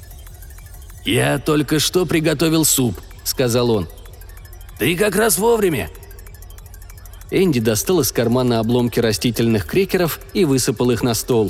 «Я только что приготовил суп», — сказал он. «Ты как раз вовремя». Энди достал из кармана обломки растительных крекеров и высыпал их на стол.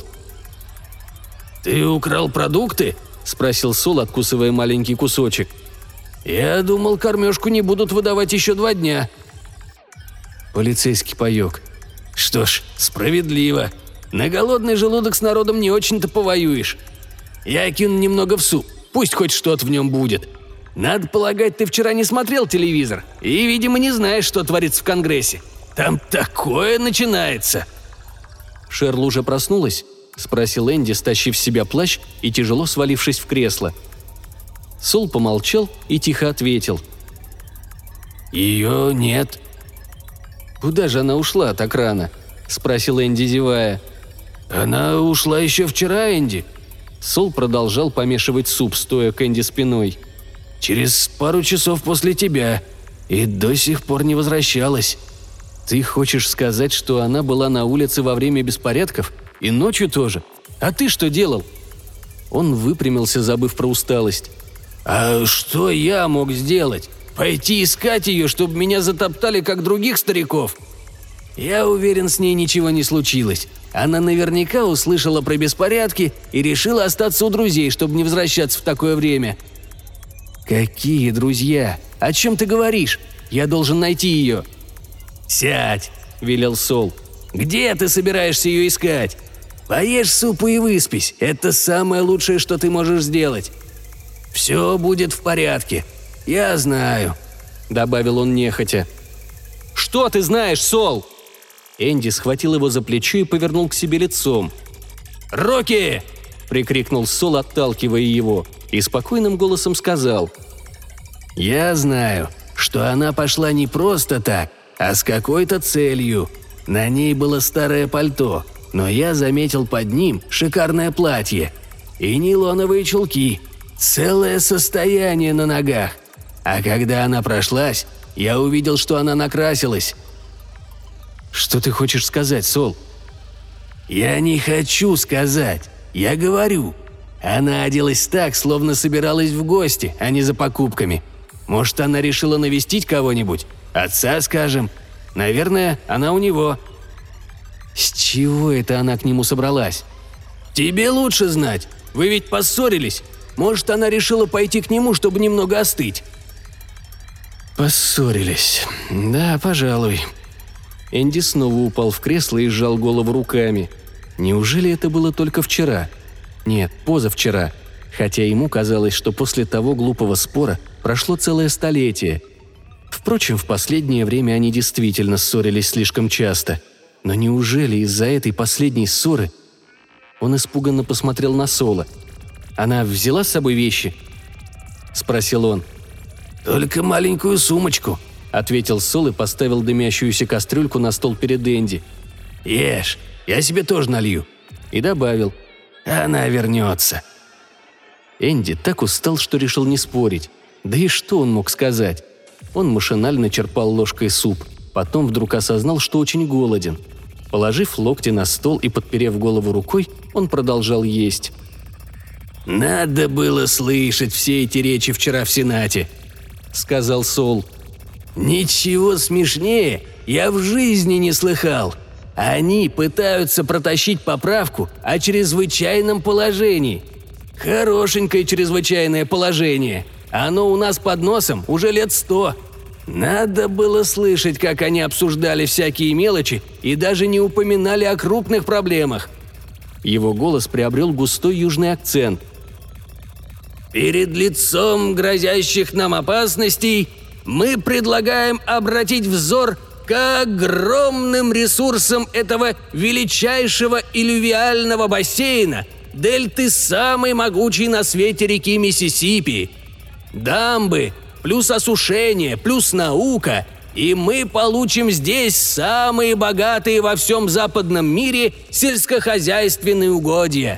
«Ты украл продукты?» — спросил Сол, откусывая маленький кусочек. «Я думал, кормежку не будут выдавать еще 2 дня». «Полицейский паёк». «Что ж, справедливо. На голодный желудок с народом не очень-то повоюешь. Я кину немного в суп, пусть хоть что-то в нем будет. Надо полагать, ты вчера не смотрел телевизор и, видимо, не знаешь, что творится в Конгрессе. Там такое начинается». «Шерл уже проснулась?» – спросил Энди, стащив с себя плащ и тяжело свалившись в кресло. Сол помолчал и тихо ответил. «Ее нет». «Куда же она ушла так рано?» – спросил Энди, зевая. «Она ушла еще вчера, Энди». Сол продолжал помешивать суп, стоя к Энди спиной. «Через пару часов после тебя. И до сих пор не возвращалась». «Ты хочешь сказать, что она была на улице во время беспорядков? И ночью тоже? А ты что делал?» Он выпрямился, забыв про усталость. «А что я мог сделать? Пойти искать ее, чтобы меня затоптали, как других стариков?» «Я уверен, с ней ничего не случилось. Она наверняка услышала про беспорядки и решила остаться у друзей, чтобы не возвращаться в такое время». «Какие друзья? О чем ты говоришь? Я должен найти ее». «Сядь», – велел Сол. «Где ты собираешься ее искать? Поешь супу и выспись. Это самое лучшее, что ты можешь сделать. Все будет в порядке. Я знаю», – добавил он нехотя. «Что ты знаешь, Сол?» Энди схватил его за плечо и повернул к себе лицом. «Руки!» – прикрикнул Сол, отталкивая его, и спокойным голосом сказал. «Я знаю, что она пошла не просто так, а с какой-то целью. На ней было старое пальто, но я заметил под ним шикарное платье и нейлоновые чулки, целое состояние на ногах. А когда она прошлась, я увидел, что она накрасилась». «Что ты хочешь сказать, Сол?» «Я не хочу сказать, я говорю. Она оделась так, словно собиралась в гости, а не за покупками. Может, она решила навестить кого-нибудь? Отца, скажем. Наверное, она у него». «С чего это она к нему собралась?» «Тебе лучше знать. Вы ведь поссорились. Может, она решила пойти к нему, чтобы немного остыть». «Поссорились. Да, пожалуй». Энди снова упал в кресло и сжал голову руками. Неужели это было только вчера? Нет, позавчера. Хотя ему казалось, что после того глупого спора прошло целое столетие. Впрочем, в последнее время они действительно ссорились слишком часто. Но неужели из-за этой последней ссоры... Он испуганно посмотрел на Сола. «Она взяла с собой вещи?» – спросил он. «Только маленькую сумочку», – ответил Сол и поставил дымящуюся кастрюльку на стол перед Энди. «Ешь, я себе тоже налью». И добавил. «Она вернется». Энди так устал, что решил не спорить. Да и что он мог сказать? Он машинально черпал ложкой суп, потом вдруг осознал, что очень голоден. Положив локти на стол и подперев голову рукой, он продолжал есть. «Надо было слышать все эти речи вчера в Сенате», – сказал Сол. «Ничего смешнее я в жизни не слыхал. Они пытаются протащить поправку о чрезвычайном положении. Хорошенькое чрезвычайное положение. Оно у нас под носом уже лет 100. Надо было слышать, как они обсуждали всякие мелочи и даже не упоминали о крупных проблемах». Его голос приобрел густой южный акцент. «Перед лицом грозящих нам опасностей мы предлагаем обратить взор к огромным ресурсам этого величайшего элювиального бассейна, дельты самой могучей на свете реки Миссисипи. Дамбы, плюс осушение, плюс наука, и мы получим здесь самые богатые во всем западном мире сельскохозяйственные угодья».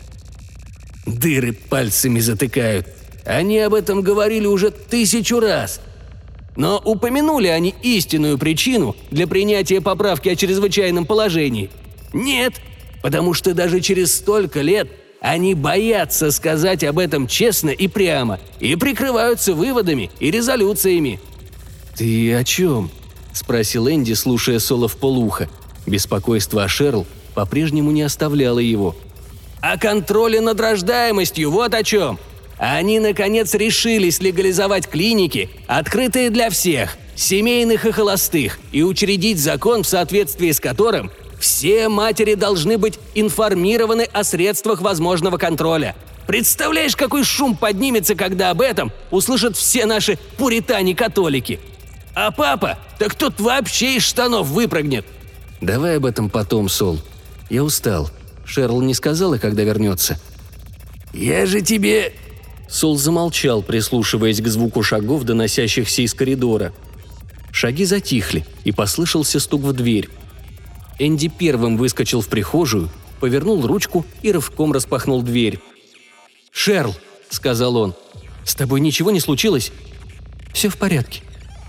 Дыры пальцами затыкают. Они об этом говорили уже 1000 раз. Но упомянули они истинную причину для принятия поправки о чрезвычайном положении? Нет, потому что даже через столько лет они боятся сказать об этом честно и прямо и прикрываются выводами и резолюциями. «Ты о чем?» – спросил Энди, слушая Сола вполуха. Беспокойство о Шерл по-прежнему не оставляло его. «О контроле над рождаемостью, вот о чем. Они, наконец, решились легализовать клиники, открытые для всех, семейных и холостых, и учредить закон, в соответствии с которым все матери должны быть информированы о средствах возможного контроля. Представляешь, какой шум поднимется, когда об этом услышат все наши пуритане-католики? А папа, так тот вообще из штанов выпрыгнет». «Давай об этом потом, Сол. Я устал. Шерл не сказала, когда вернется. «Я же тебе...» Сол замолчал, прислушиваясь к звуку шагов, доносящихся из коридора. Шаги затихли, и послышался стук в дверь. Энди первым выскочил в прихожую, повернул ручку и рывком распахнул дверь. «Шерл!» – сказал он. «С тобой ничего не случилось?» «Все в порядке».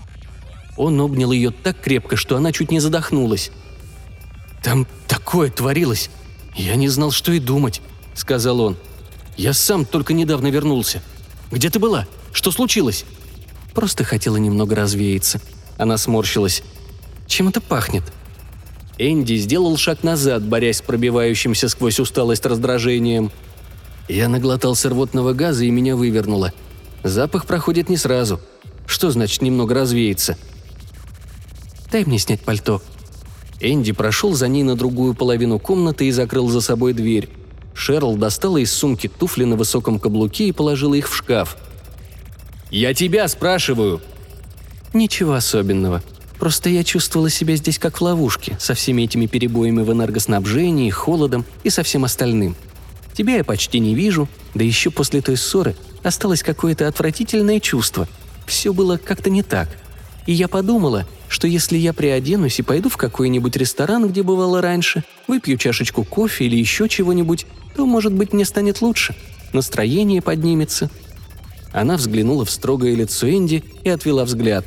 Он обнял ее так крепко, что она чуть не задохнулась. «Там такое творилось! Я не знал, что и думать», – сказал он. «Я сам только недавно вернулся. Где ты была? Что случилось?» «Просто хотела немного развеяться». Она сморщилась. «Чем это пахнет?» Энди сделал шаг назад, борясь с пробивающимся сквозь усталость раздражением. Я наглотался рвотного газа, и меня вывернуло. Запах проходит не сразу. Что значит немного развеяться? «Дай мне снять пальто». Энди прошел за ней на другую половину комнаты и закрыл за собой дверь. Шерл достала из сумки туфли на высоком каблуке и положила их в шкаф. «Я тебя спрашиваю!» «Ничего особенного. Просто я чувствовала себя здесь как в ловушке, со всеми этими перебоями в энергоснабжении, холодом и со всем остальным. Тебя я почти не вижу, да еще после той ссоры осталось какое-то отвратительное чувство. Все было как-то не так. И я подумала, что если я приоденусь и пойду в какой-нибудь ресторан, где бывала раньше, выпью чашечку кофе или еще чего-нибудь, то, может быть, мне станет лучше. Настроение поднимется». Она взглянула в строгое лицо Энди и отвела взгляд.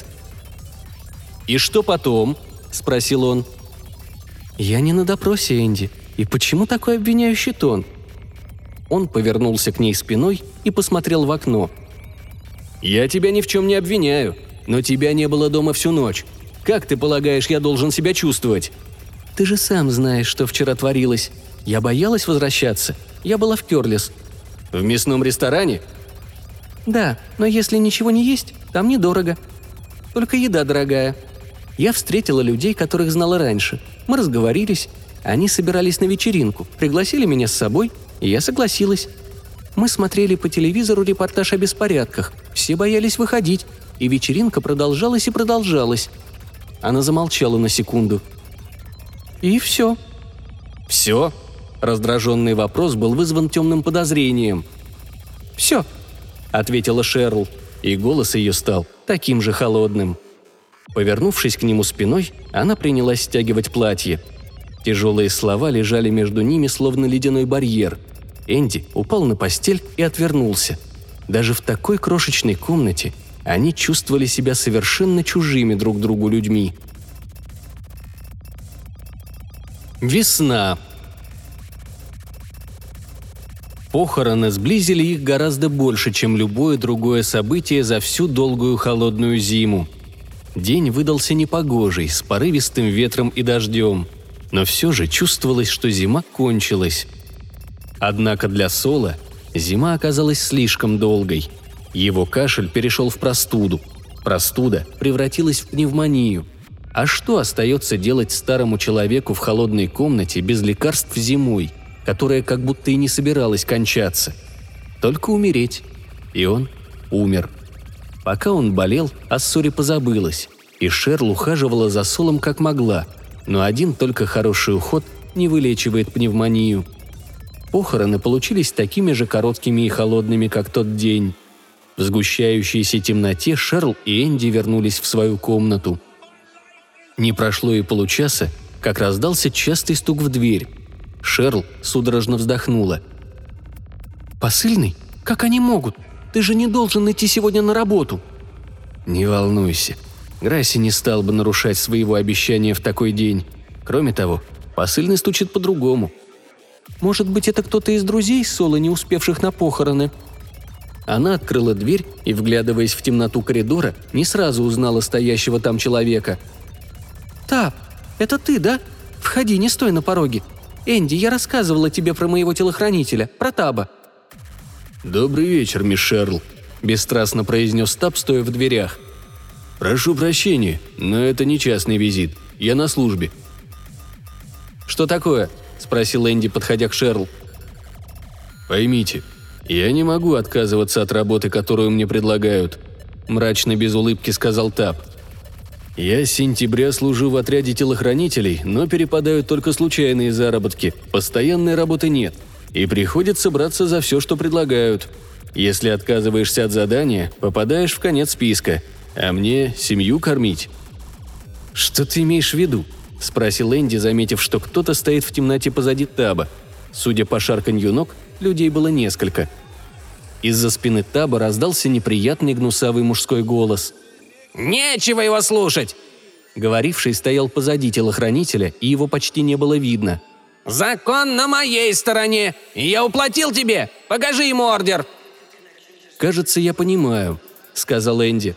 «И что потом?» – спросил он. «Я не на допросе, Энди. И почему такой обвиняющий тон?» Он повернулся к ней спиной и посмотрел в окно. «Я тебя ни в чем не обвиняю, но тебя не было дома всю ночь. Как ты полагаешь, я должен себя чувствовать?» «Ты же сам знаешь, что вчера творилось. Я боялась возвращаться. Я была в Кёрлис». «В мясном ресторане?» «Да, но если ничего не есть, там недорого. Только еда дорогая. Я встретила людей, которых знала раньше. Мы разговорились. Они собирались на вечеринку, пригласили меня с собой, и я согласилась. Мы смотрели по телевизору репортаж о беспорядках. Все боялись выходить, и вечеринка продолжалась и продолжалась». Она замолчала на секунду. «И все». «Все?» Раздраженный вопрос был вызван темным подозрением. «Все», — ответила Шерл, и голос ее стал таким же холодным. Повернувшись к нему спиной, она принялась стягивать платье. Тяжелые слова лежали между ними, словно ледяной барьер. Энди упал на постель и отвернулся. Даже в такой крошечной комнате они чувствовали себя совершенно чужими друг другу людьми. Весна. Похороны сблизили их гораздо больше, чем любое другое событие за всю долгую холодную зиму. День выдался непогожий, с порывистым ветром и дождем, но все же чувствовалось, что зима кончилась. Однако для Сола зима оказалась слишком долгой. Его кашель перешел в простуду. Простуда превратилась в пневмонию. А что остается делать старому человеку в холодной комнате без лекарств зимой, которая как будто и не собиралась кончаться? Только умереть. И он умер. Пока он болел, о ссоре позабылось, и Шерл ухаживала за Солом как могла, но один только хороший уход не вылечивает пневмонию. Похороны получились такими же короткими и холодными, как тот день. В сгущающейся темноте Шерл и Энди вернулись в свою комнату. Не прошло и получаса, как раздался частый стук в дверь. Шерл судорожно вздохнула. «Посыльный? Как они могут? Ты же не должен идти сегодня на работу!» «Не волнуйся. Грасси не стал бы нарушать своего обещания в такой день. Кроме того, посыльный стучит по-другому». «Может быть, это кто-то из друзей Сола, не успевших на похороны?» Она открыла дверь и, вглядываясь в темноту коридора, не сразу узнала стоящего там человека. «Тап, это ты, да? Входи, не стой на пороге. Энди, я рассказывала тебе про моего телохранителя, про Таба». «Добрый вечер, мисс Шерл», – бесстрастно произнес Таб, стоя в дверях. «Прошу прощения, но это не частный визит. Я на службе». «Что такое?» – спросил Энди, подходя к Шерл. «Поймите, я не могу отказываться от работы, которую мне предлагают», – мрачно без улыбки сказал Таб. Я с сентября служу в отряде телохранителей, но перепадают только случайные заработки, постоянной работы нет, и приходится браться за все, что предлагают. Если отказываешься от задания, попадаешь в конец списка, а мне семью кормить». «Что ты имеешь в виду?» – спросил Энди, заметив, что кто-то стоит в темноте позади Таба. Судя по шарканью ног, людей было несколько. Из-за спины Таба раздался неприятный гнусавый мужской голос. «Нечего его слушать!» Говоривший стоял позади телохранителя, и его почти не было видно. «Закон на моей стороне, и я уплатил тебе! Покажи ему ордер!» «Кажется, я понимаю», — сказал Энди.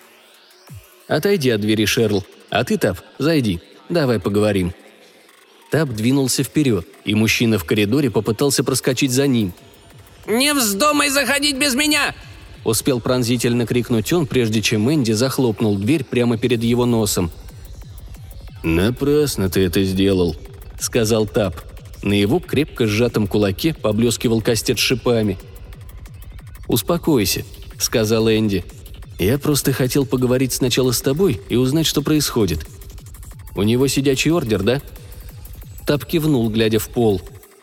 «Отойди от двери, Шерл, а ты, Таб, зайди, давай поговорим». Таб двинулся вперед, и мужчина в коридоре попытался проскочить за ним. «Не вздумай заходить без меня!» Успел пронзительно крикнуть он, прежде чем Энди захлопнул дверь прямо перед его носом. «Напрасно ты это сделал», — сказал Таб. На его крепко сжатом кулаке поблескивал кастет с шипами. «Успокойся», — сказал Энди. «Я просто хотел поговорить сначала с тобой и узнать, что происходит. У него сидячий ордер, да?» Таб кивнул, глядя в пол.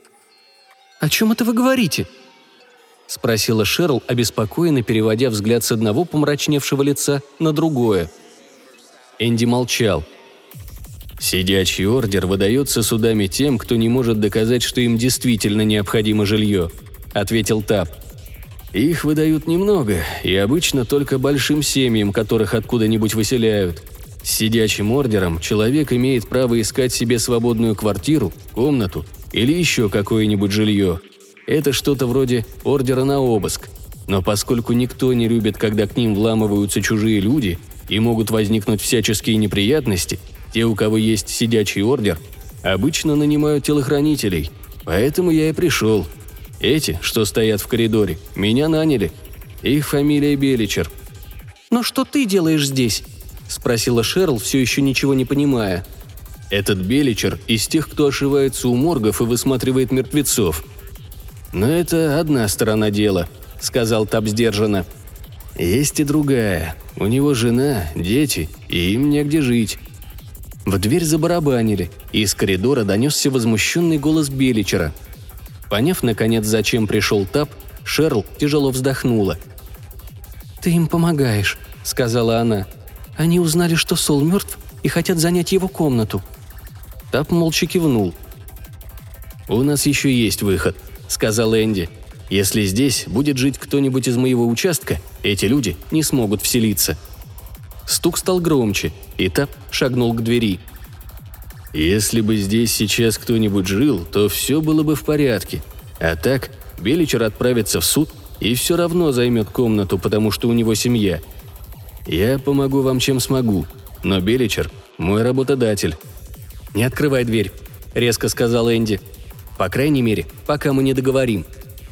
«О чем это вы говорите?» — спросила Шерл, обеспокоенно переводя взгляд с одного помрачневшего лица на другое. Энди молчал. «Сидячий ордер выдается судами тем, кто не может доказать, что им действительно необходимо жилье», — ответил Таб. «Их выдают немного, и обычно только большим семьям, которых откуда-нибудь выселяют. С сидячим ордером человек имеет право искать себе свободную квартиру, комнату или еще какое-нибудь жилье. Это что-то вроде ордера на обыск. Но поскольку никто не любит, когда к ним вламываются чужие люди и могут возникнуть всяческие неприятности, те, у кого есть сидячий ордер, обычно нанимают телохранителей. Поэтому я и пришел. Эти, что стоят в коридоре, меня наняли. Их фамилия Беличер». «Но что ты делаешь здесь?» – спросила Шерл, все еще ничего не понимая. «Этот Беличер из тех, кто ошивается у моргов и высматривает мертвецов». «Но это одна сторона дела», – сказал Таб сдержанно. «Есть и другая. У него жена, дети, и им негде жить». В дверь забарабанили, и из коридора донесся возмущенный голос Беличера. Поняв, наконец, зачем пришел Таб, Шерл тяжело вздохнула. «Ты им помогаешь», — сказала она. «Они узнали, что Сол мертв, и хотят занять его комнату». Таб молча кивнул. «У нас еще есть выход», — сказал Энди. «Если здесь будет жить кто-нибудь из моего участка, эти люди не смогут вселиться». Стук стал громче, и Таб шагнул к двери. «Если бы здесь сейчас кто-нибудь жил, то все было бы в порядке. А так, Беличер отправится в суд и все равно займет комнату, потому что у него семья. Я помогу вам, чем смогу, но Беличер – мой работодатель». «Не открывай дверь», – резко сказал Энди. «По крайней мере, пока мы не договорим».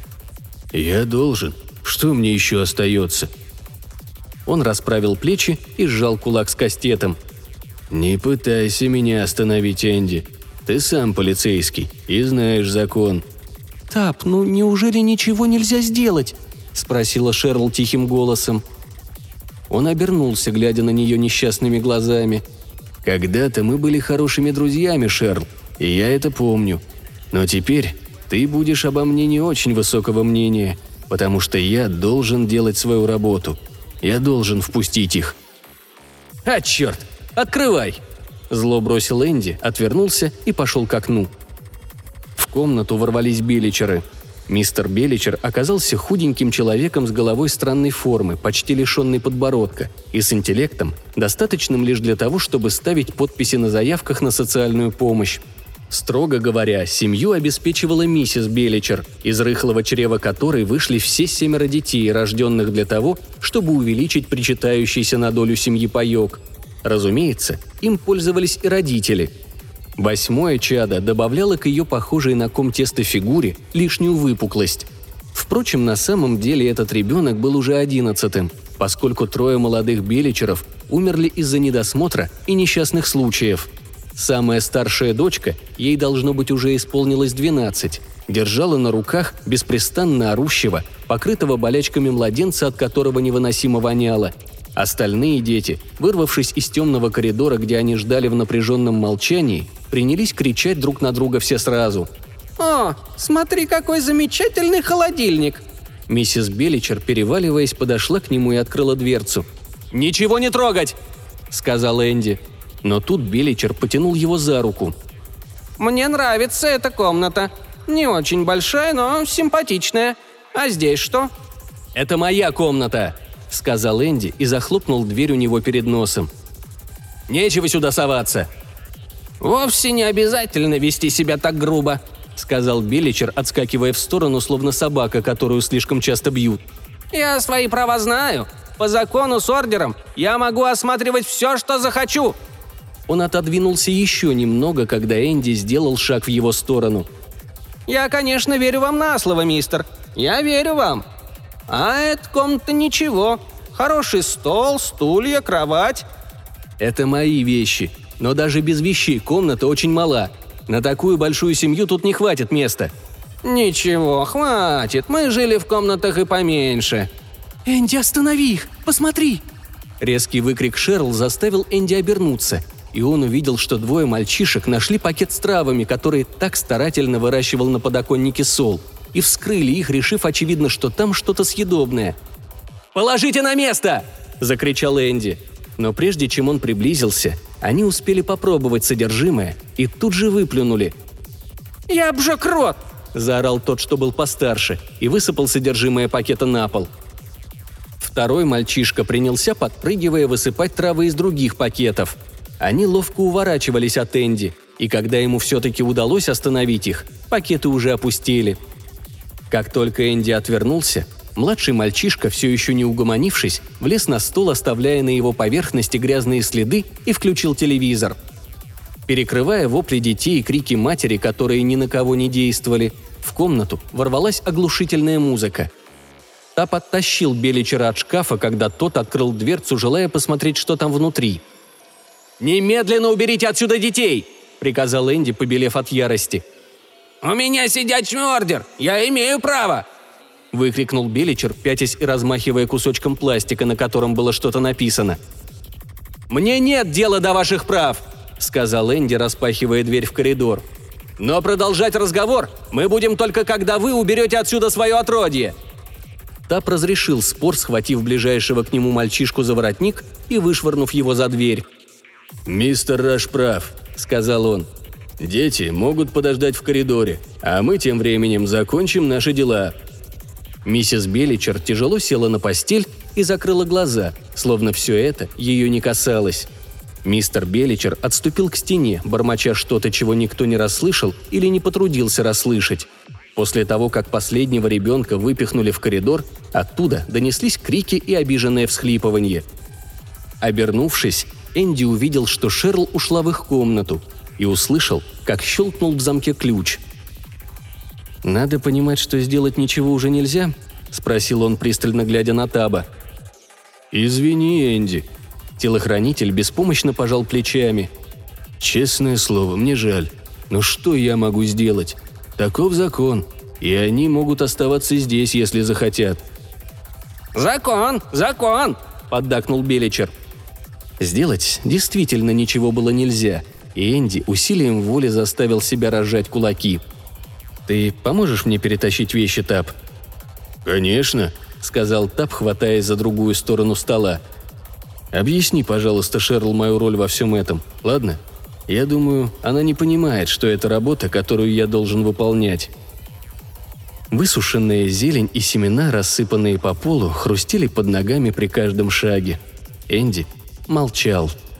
«Я должен. Что мне еще остается?» Он расправил плечи и сжал кулак с кастетом. «Не пытайся меня остановить, Энди. Ты сам полицейский и знаешь закон». «Таб, ну неужели ничего нельзя сделать?» – спросила Шерл тихим голосом. Он обернулся, глядя на нее несчастными глазами. «Когда-то мы были хорошими друзьями, Шерл, и я это помню. Но теперь ты будешь обо мне не очень высокого мнения, потому что я должен делать свою работу. Я должен впустить их». «А, черт! Открывай!» Зло бросил Энди, отвернулся и пошел к окну. В комнату ворвались Беличеры. Мистер Беличер оказался худеньким человеком с головой странной формы, почти лишенной подбородка, и с интеллектом, достаточным лишь для того, чтобы ставить подписи на заявках на социальную помощь. Строго говоря, семью обеспечивала миссис Беличер, из рыхлого чрева которой вышли все 7 детей, рожденных для того, чтобы увеличить причитающийся на долю семьи паёк. Разумеется, им пользовались и родители. 8-е чадо добавляло к ее похожей на ком теста фигуре лишнюю выпуклость. Впрочем, на самом деле этот ребенок был уже 11-м, поскольку 3 молодых Беличеров умерли из-за недосмотра и несчастных случаев. Самая старшая дочка, ей должно быть уже исполнилось 12, держала на руках беспрестанно орущего, покрытого болячками младенца, от которого невыносимо воняло. Остальные дети, вырвавшись из темного коридора, где они ждали в напряженном молчании, принялись кричать друг на друга все сразу. «О, смотри, какой замечательный холодильник!» Миссис Белличер, переваливаясь, подошла к нему и открыла дверцу. «Ничего не трогать!» – сказал Энди. Но тут Белличер потянул его за руку. «Мне нравится эта комната. Не очень большая, но симпатичная. А здесь что?» «Это моя комната!» – сказал Энди и захлопнул дверь у него перед носом. «Нечего сюда соваться!» «Вовсе не обязательно вести себя так грубо», – сказал Белличер, отскакивая в сторону, словно собака, которую слишком часто бьют. «Я свои права знаю. По закону с ордером я могу осматривать все, что захочу». Он отодвинулся еще немного, когда Энди сделал шаг в его сторону. «Я, конечно, верю вам на слово, мистер. Я верю вам. А эта комната ничего. Хороший стол, стулья, кровать». «Это мои вещи. Но даже без вещей комната очень мала. На такую большую семью тут не хватит места». «Ничего, хватит. Мы жили в комнатах и поменьше». «Энди, останови их! Посмотри!» Резкий выкрик Шерл заставил Энди обернуться, и он увидел, что двое мальчишек нашли пакет с травами, который так старательно выращивал на подоконнике Сол, и вскрыли их, решив, очевидно, что там что-то съедобное. «Положите на место!» – закричал Энди. Но прежде чем он приблизился, они успели попробовать содержимое и тут же выплюнули. «Я обжег рот!» – заорал тот, что был постарше, и высыпал содержимое пакета на пол. Второй мальчишка принялся, подпрыгивая, высыпать травы из других пакетов. Они ловко уворачивались от Энди, и когда ему все-таки удалось остановить их, пакеты уже опустели. Как только Энди отвернулся, младший мальчишка, все еще не угомонившись, влез на стол, оставляя на его поверхности грязные следы, и включил телевизор. Перекрывая вопли детей и крики матери, которые ни на кого не действовали, в комнату ворвалась оглушительная музыка. Та подтащил Белличера от шкафа, когда тот открыл дверцу, желая посмотреть, что там внутри. «Немедленно уберите отсюда детей!» – приказал Энди, побелев от ярости. «У меня сидячий ордер! Я имею право!» – выкрикнул Белличер, пятясь и размахивая кусочком пластика, на котором было что-то написано. «Мне нет дела до ваших прав!» – сказал Энди, распахивая дверь в коридор. «Но продолжать разговор мы будем только когда вы уберете отсюда свое отродье!» Тап разрешил спор, схватив ближайшего к нему мальчишку за воротник и вышвырнув его за дверь. «Мистер Раш прав», — сказал он. «Дети могут подождать в коридоре, а мы тем временем закончим наши дела». Миссис Белличер тяжело села на постель и закрыла глаза, словно все это ее не касалось. Мистер Белличер отступил к стене, бормоча что-то, чего никто не расслышал или не потрудился расслышать. После того, как последнего ребенка выпихнули в коридор, оттуда донеслись крики и обиженное всхлипывание. Обернувшись, Энди увидел, что Шерл ушла в их комнату, и услышал, как щелкнул в замке ключ. «Надо понимать, что сделать ничего уже нельзя?» – спросил он, пристально глядя на Таба. «Извини, Энди». Телохранитель беспомощно пожал плечами. «Честное слово, мне жаль. Но что я могу сделать? Таков закон, и они могут оставаться здесь, если захотят». «Закон! Закон!» – поддакнул Белличер. Сделать действительно ничего было нельзя, и Энди усилием воли заставил себя разжать кулаки. «Ты поможешь мне перетащить вещи, Тап?» «Конечно», — сказал Тап, хватаясь за другую сторону стола. «Объясни, пожалуйста, Шерл, мою роль во всем этом, ладно? Я думаю, она не понимает, что это работа, которую я должен выполнять». Высушенная зелень и семена, рассыпанные по полу, хрустели под ногами при каждом шаге. Энди молчал.